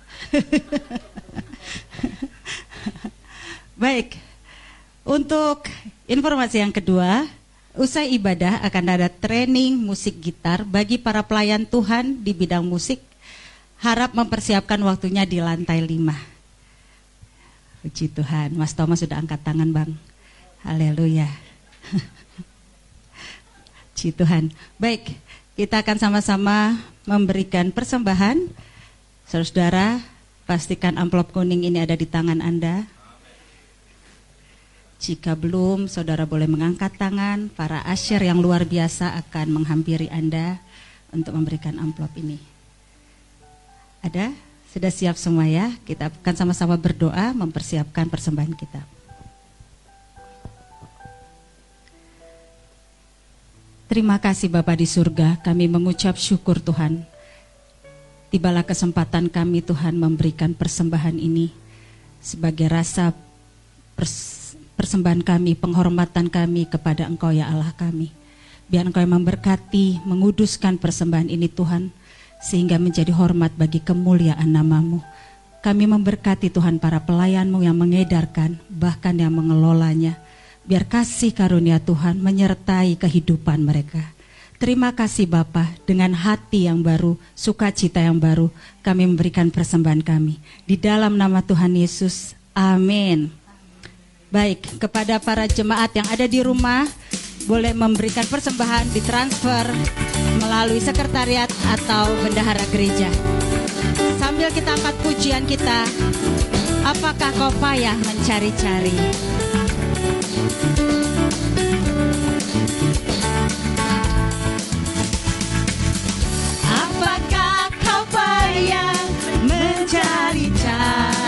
Baik. Untuk informasi yang kedua, usai ibadah akan ada training musik gitar bagi para pelayan Tuhan di bidang musik. Harap mempersiapkan waktunya di lantai lima. Puji Tuhan, Mas Thomas sudah angkat tangan, Bang. Haleluya. Puji Tuhan. Baik, kita akan sama-sama memberikan persembahan. Saudara-saudara, pastikan amplop kuning ini ada di tangan Anda. Jika belum, saudara boleh mengangkat tangan. Para asyir yang luar biasa akan menghampiri Anda untuk memberikan amplop ini. Ada? Sudah siap semua ya? Kita akan sama-sama berdoa mempersiapkan persembahan kita. Terima kasih Bapa di surga, kami mengucap syukur Tuhan. Tibalah kesempatan kami Tuhan memberikan persembahan ini sebagai rasa pers persembahan kami, penghormatan kami kepada Engkau ya Allah kami. Biar Engkau yang memberkati, menguduskan persembahan ini Tuhan, sehingga menjadi hormat bagi kemuliaan nama-Mu. Kami memberkati Tuhan para pelayan-Mu yang mengedarkan, bahkan yang mengelolanya. Biar kasih karunia Tuhan menyertai kehidupan mereka. Terima kasih Bapa, dengan hati yang baru, sukacita yang baru, kami memberikan persembahan kami. Di dalam nama Tuhan Yesus, amin. Baik, kepada para jemaat yang ada di rumah, boleh memberikan persembahan ditransfer melalui sekretariat atau bendahara gereja. Sambil kita angkat pujian kita, apakah kau payah mencari-cari? Apakah kau payah mencari-cari?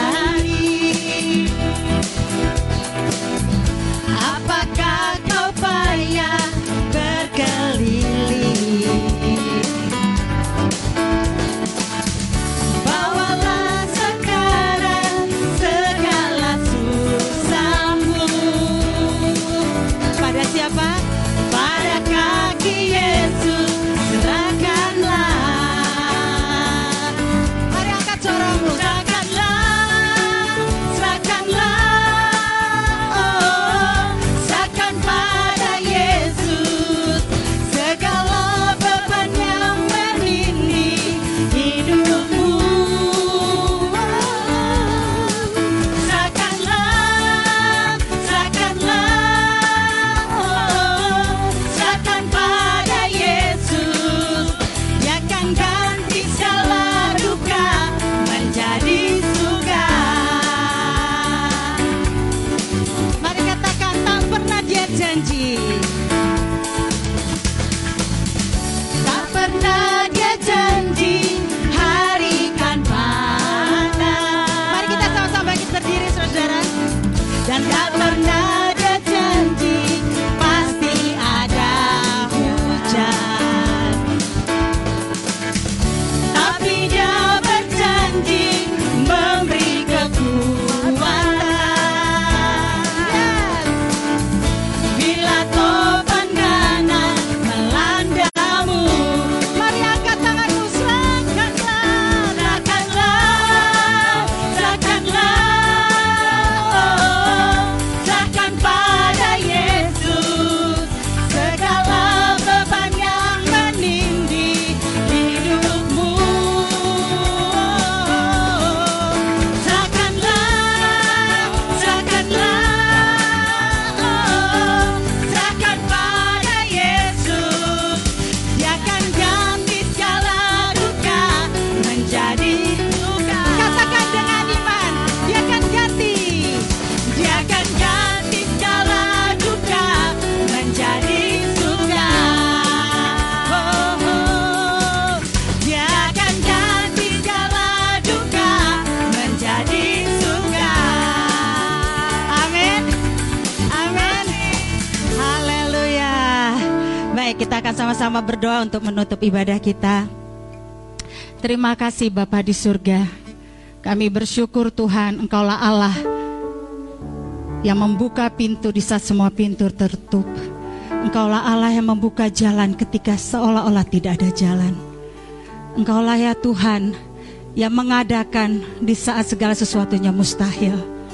Apakah kau payah berkeliling? Bawalah sekarang segala susahmu. janji. Tak pernah dia janji hari kan panas. Mari kita sama-sama bangkit berdiri saudara. Dan tak pernah dia janji pasti ada hujan. Tapi dia berjanji memberi kekuatan. Bila topan ganas melandamu, mari angkat tanganmu, serahkanlah, serahkanlah, serahkanlah, oh, serahkan pada Yesus segala beban yang menindih hidupmu. Serahkanlah, serahkanlah, oh, serahkan pada Yesus. Dia akan ganti segala duka menjadi suka. Katakan dengan iman, dia akan ganti. Dia akan ganti segala duka menjadi suka. Oh, oh. Dia akan ganti segala duka menjadi suka. Amin. Amin. Haleluya. Baik, kita akan sama-sama berdoa untuk menutup ibadah kita. Terima kasih Bapa di surga. Kami bersyukur Tuhan, Engkaulah Allah yang membuka pintu di saat semua pintu tertutup. Engkaulah Allah yang membuka jalan ketika seolah-olah tidak ada jalan. Engkaulah ya Tuhan yang mengadakan di saat segala sesuatunya mustahil.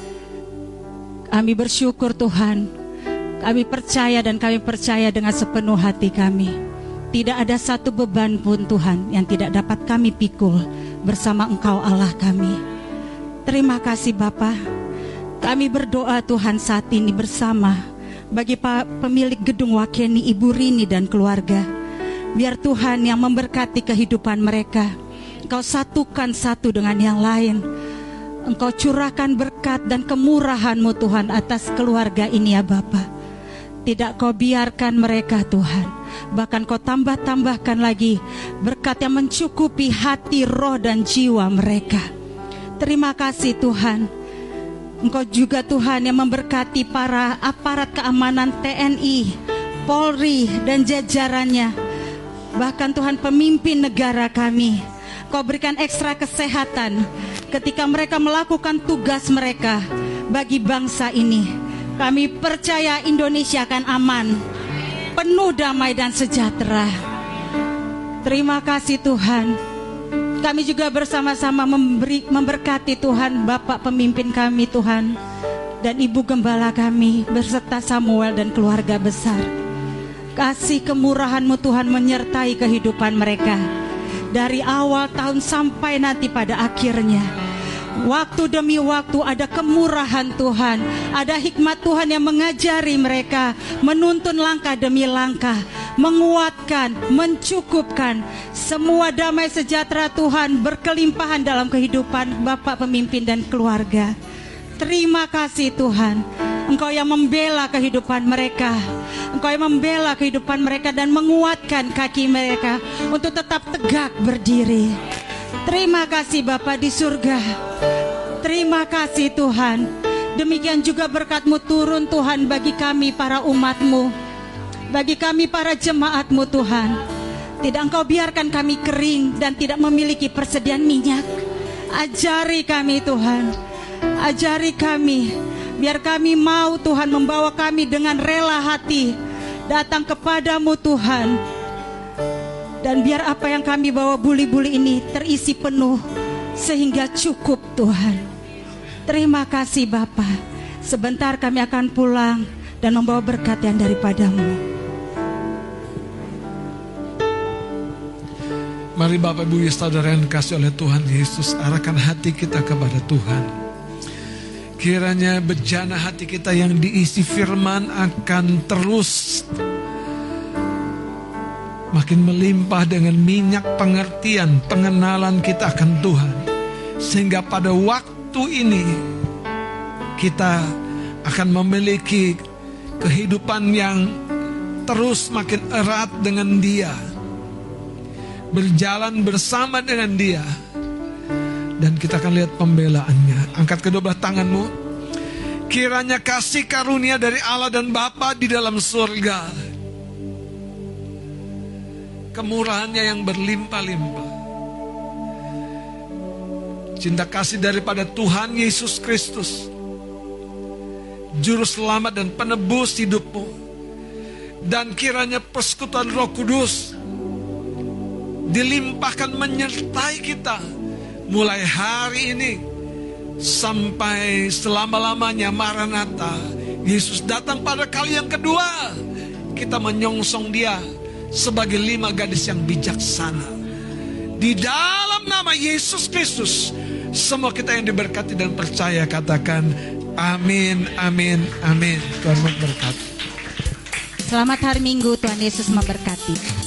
Kami bersyukur Tuhan. Kami percaya dan kami percaya dengan sepenuh hati kami. Tidak ada satu beban pun Tuhan yang tidak dapat kami pikul bersama Engkau Allah kami. Terima kasih Bapa. Kami berdoa Tuhan saat ini bersama bagi pemilik gedung Wakeni Ibu Rini dan keluarga. Biar Tuhan yang memberkati kehidupan mereka. Engkau satukan satu dengan yang lain. Engkau curahkan berkat dan kemurahan-Mu Tuhan atas keluarga ini ya Bapa. Tidak Kau biarkan mereka Tuhan, bahkan Kau tambah-tambahkan lagi berkat yang mencukupi hati, roh dan jiwa mereka. Terima kasih Tuhan. Engkau juga Tuhan yang memberkati para aparat keamanan T N I, Polri dan jajarannya. Bahkan Tuhan pemimpin negara kami. Kau berikan ekstra kesehatan ketika mereka melakukan tugas mereka bagi bangsa ini. Kami percaya Indonesia akan aman, penuh damai dan sejahtera. Terima kasih Tuhan. Kami juga bersama-sama memberi, memberkati Tuhan Bapak pemimpin kami Tuhan, dan Ibu Gembala kami beserta Samuel dan keluarga besar. Kasih kemurahan-Mu Tuhan menyertai kehidupan mereka dari awal tahun sampai nanti pada akhirnya. Waktu demi waktu ada kemurahan Tuhan, ada hikmat Tuhan yang mengajari mereka, menuntun langkah demi langkah, menguatkan, mencukupkan. Semua damai sejahtera Tuhan berkelimpahan dalam kehidupan Bapak pemimpin dan keluarga. Terima kasih Tuhan, Engkau yang membela kehidupan mereka, Engkau yang membela kehidupan mereka dan menguatkan kaki mereka untuk tetap tegak berdiri. Terima kasih Bapa di surga. Terima kasih Tuhan. Demikian juga berkat-Mu turun Tuhan bagi kami para umat-Mu, bagi kami para jemaat-Mu Tuhan. Tidak Engkau biarkan kami kering dan tidak memiliki persediaan minyak. Ajari kami Tuhan, ajari kami, biar kami mau Tuhan membawa kami dengan rela hati datang kepadamu Tuhan. Dan biar apa yang kami bawa buli-buli ini terisi penuh sehingga cukup Tuhan. Terima kasih Bapa. Sebentar kami akan pulang dan membawa berkat yang daripada-Mu. Mari Bapak Ibu Saudara yang dikasihi oleh Tuhan Yesus, arahkan hati kita kepada Tuhan. Kiranya bejana hati kita yang diisi firman akan terus makin melimpah dengan minyak pengertian, pengenalan kita akan Tuhan. Sehingga pada waktu ini kita akan memiliki kehidupan yang terus makin erat dengan Dia, berjalan bersama dengan Dia, dan kita akan lihat pembelaannya. Angkat kedua belah tanganmu. Kiranya kasih karunia dari Allah dan Bapa di dalam surga, kemurahannya yang berlimpah-limpah, cinta kasih daripada Tuhan Yesus Kristus, Juru Selamat dan Penebus hidupmu, dan kiranya persekutuan Roh Kudus dilimpahkan menyertai kita mulai hari ini sampai selama-lamanya. Maranatha, Yesus datang pada kali yang kedua. Kita menyongsong Dia sebagai lima gadis yang bijaksana. Di dalam nama Yesus Kristus, semua kita yang diberkati dan percaya katakan amin, amin, amin. Tuhan memberkati. Selamat hari Minggu, Tuhan Yesus memberkati.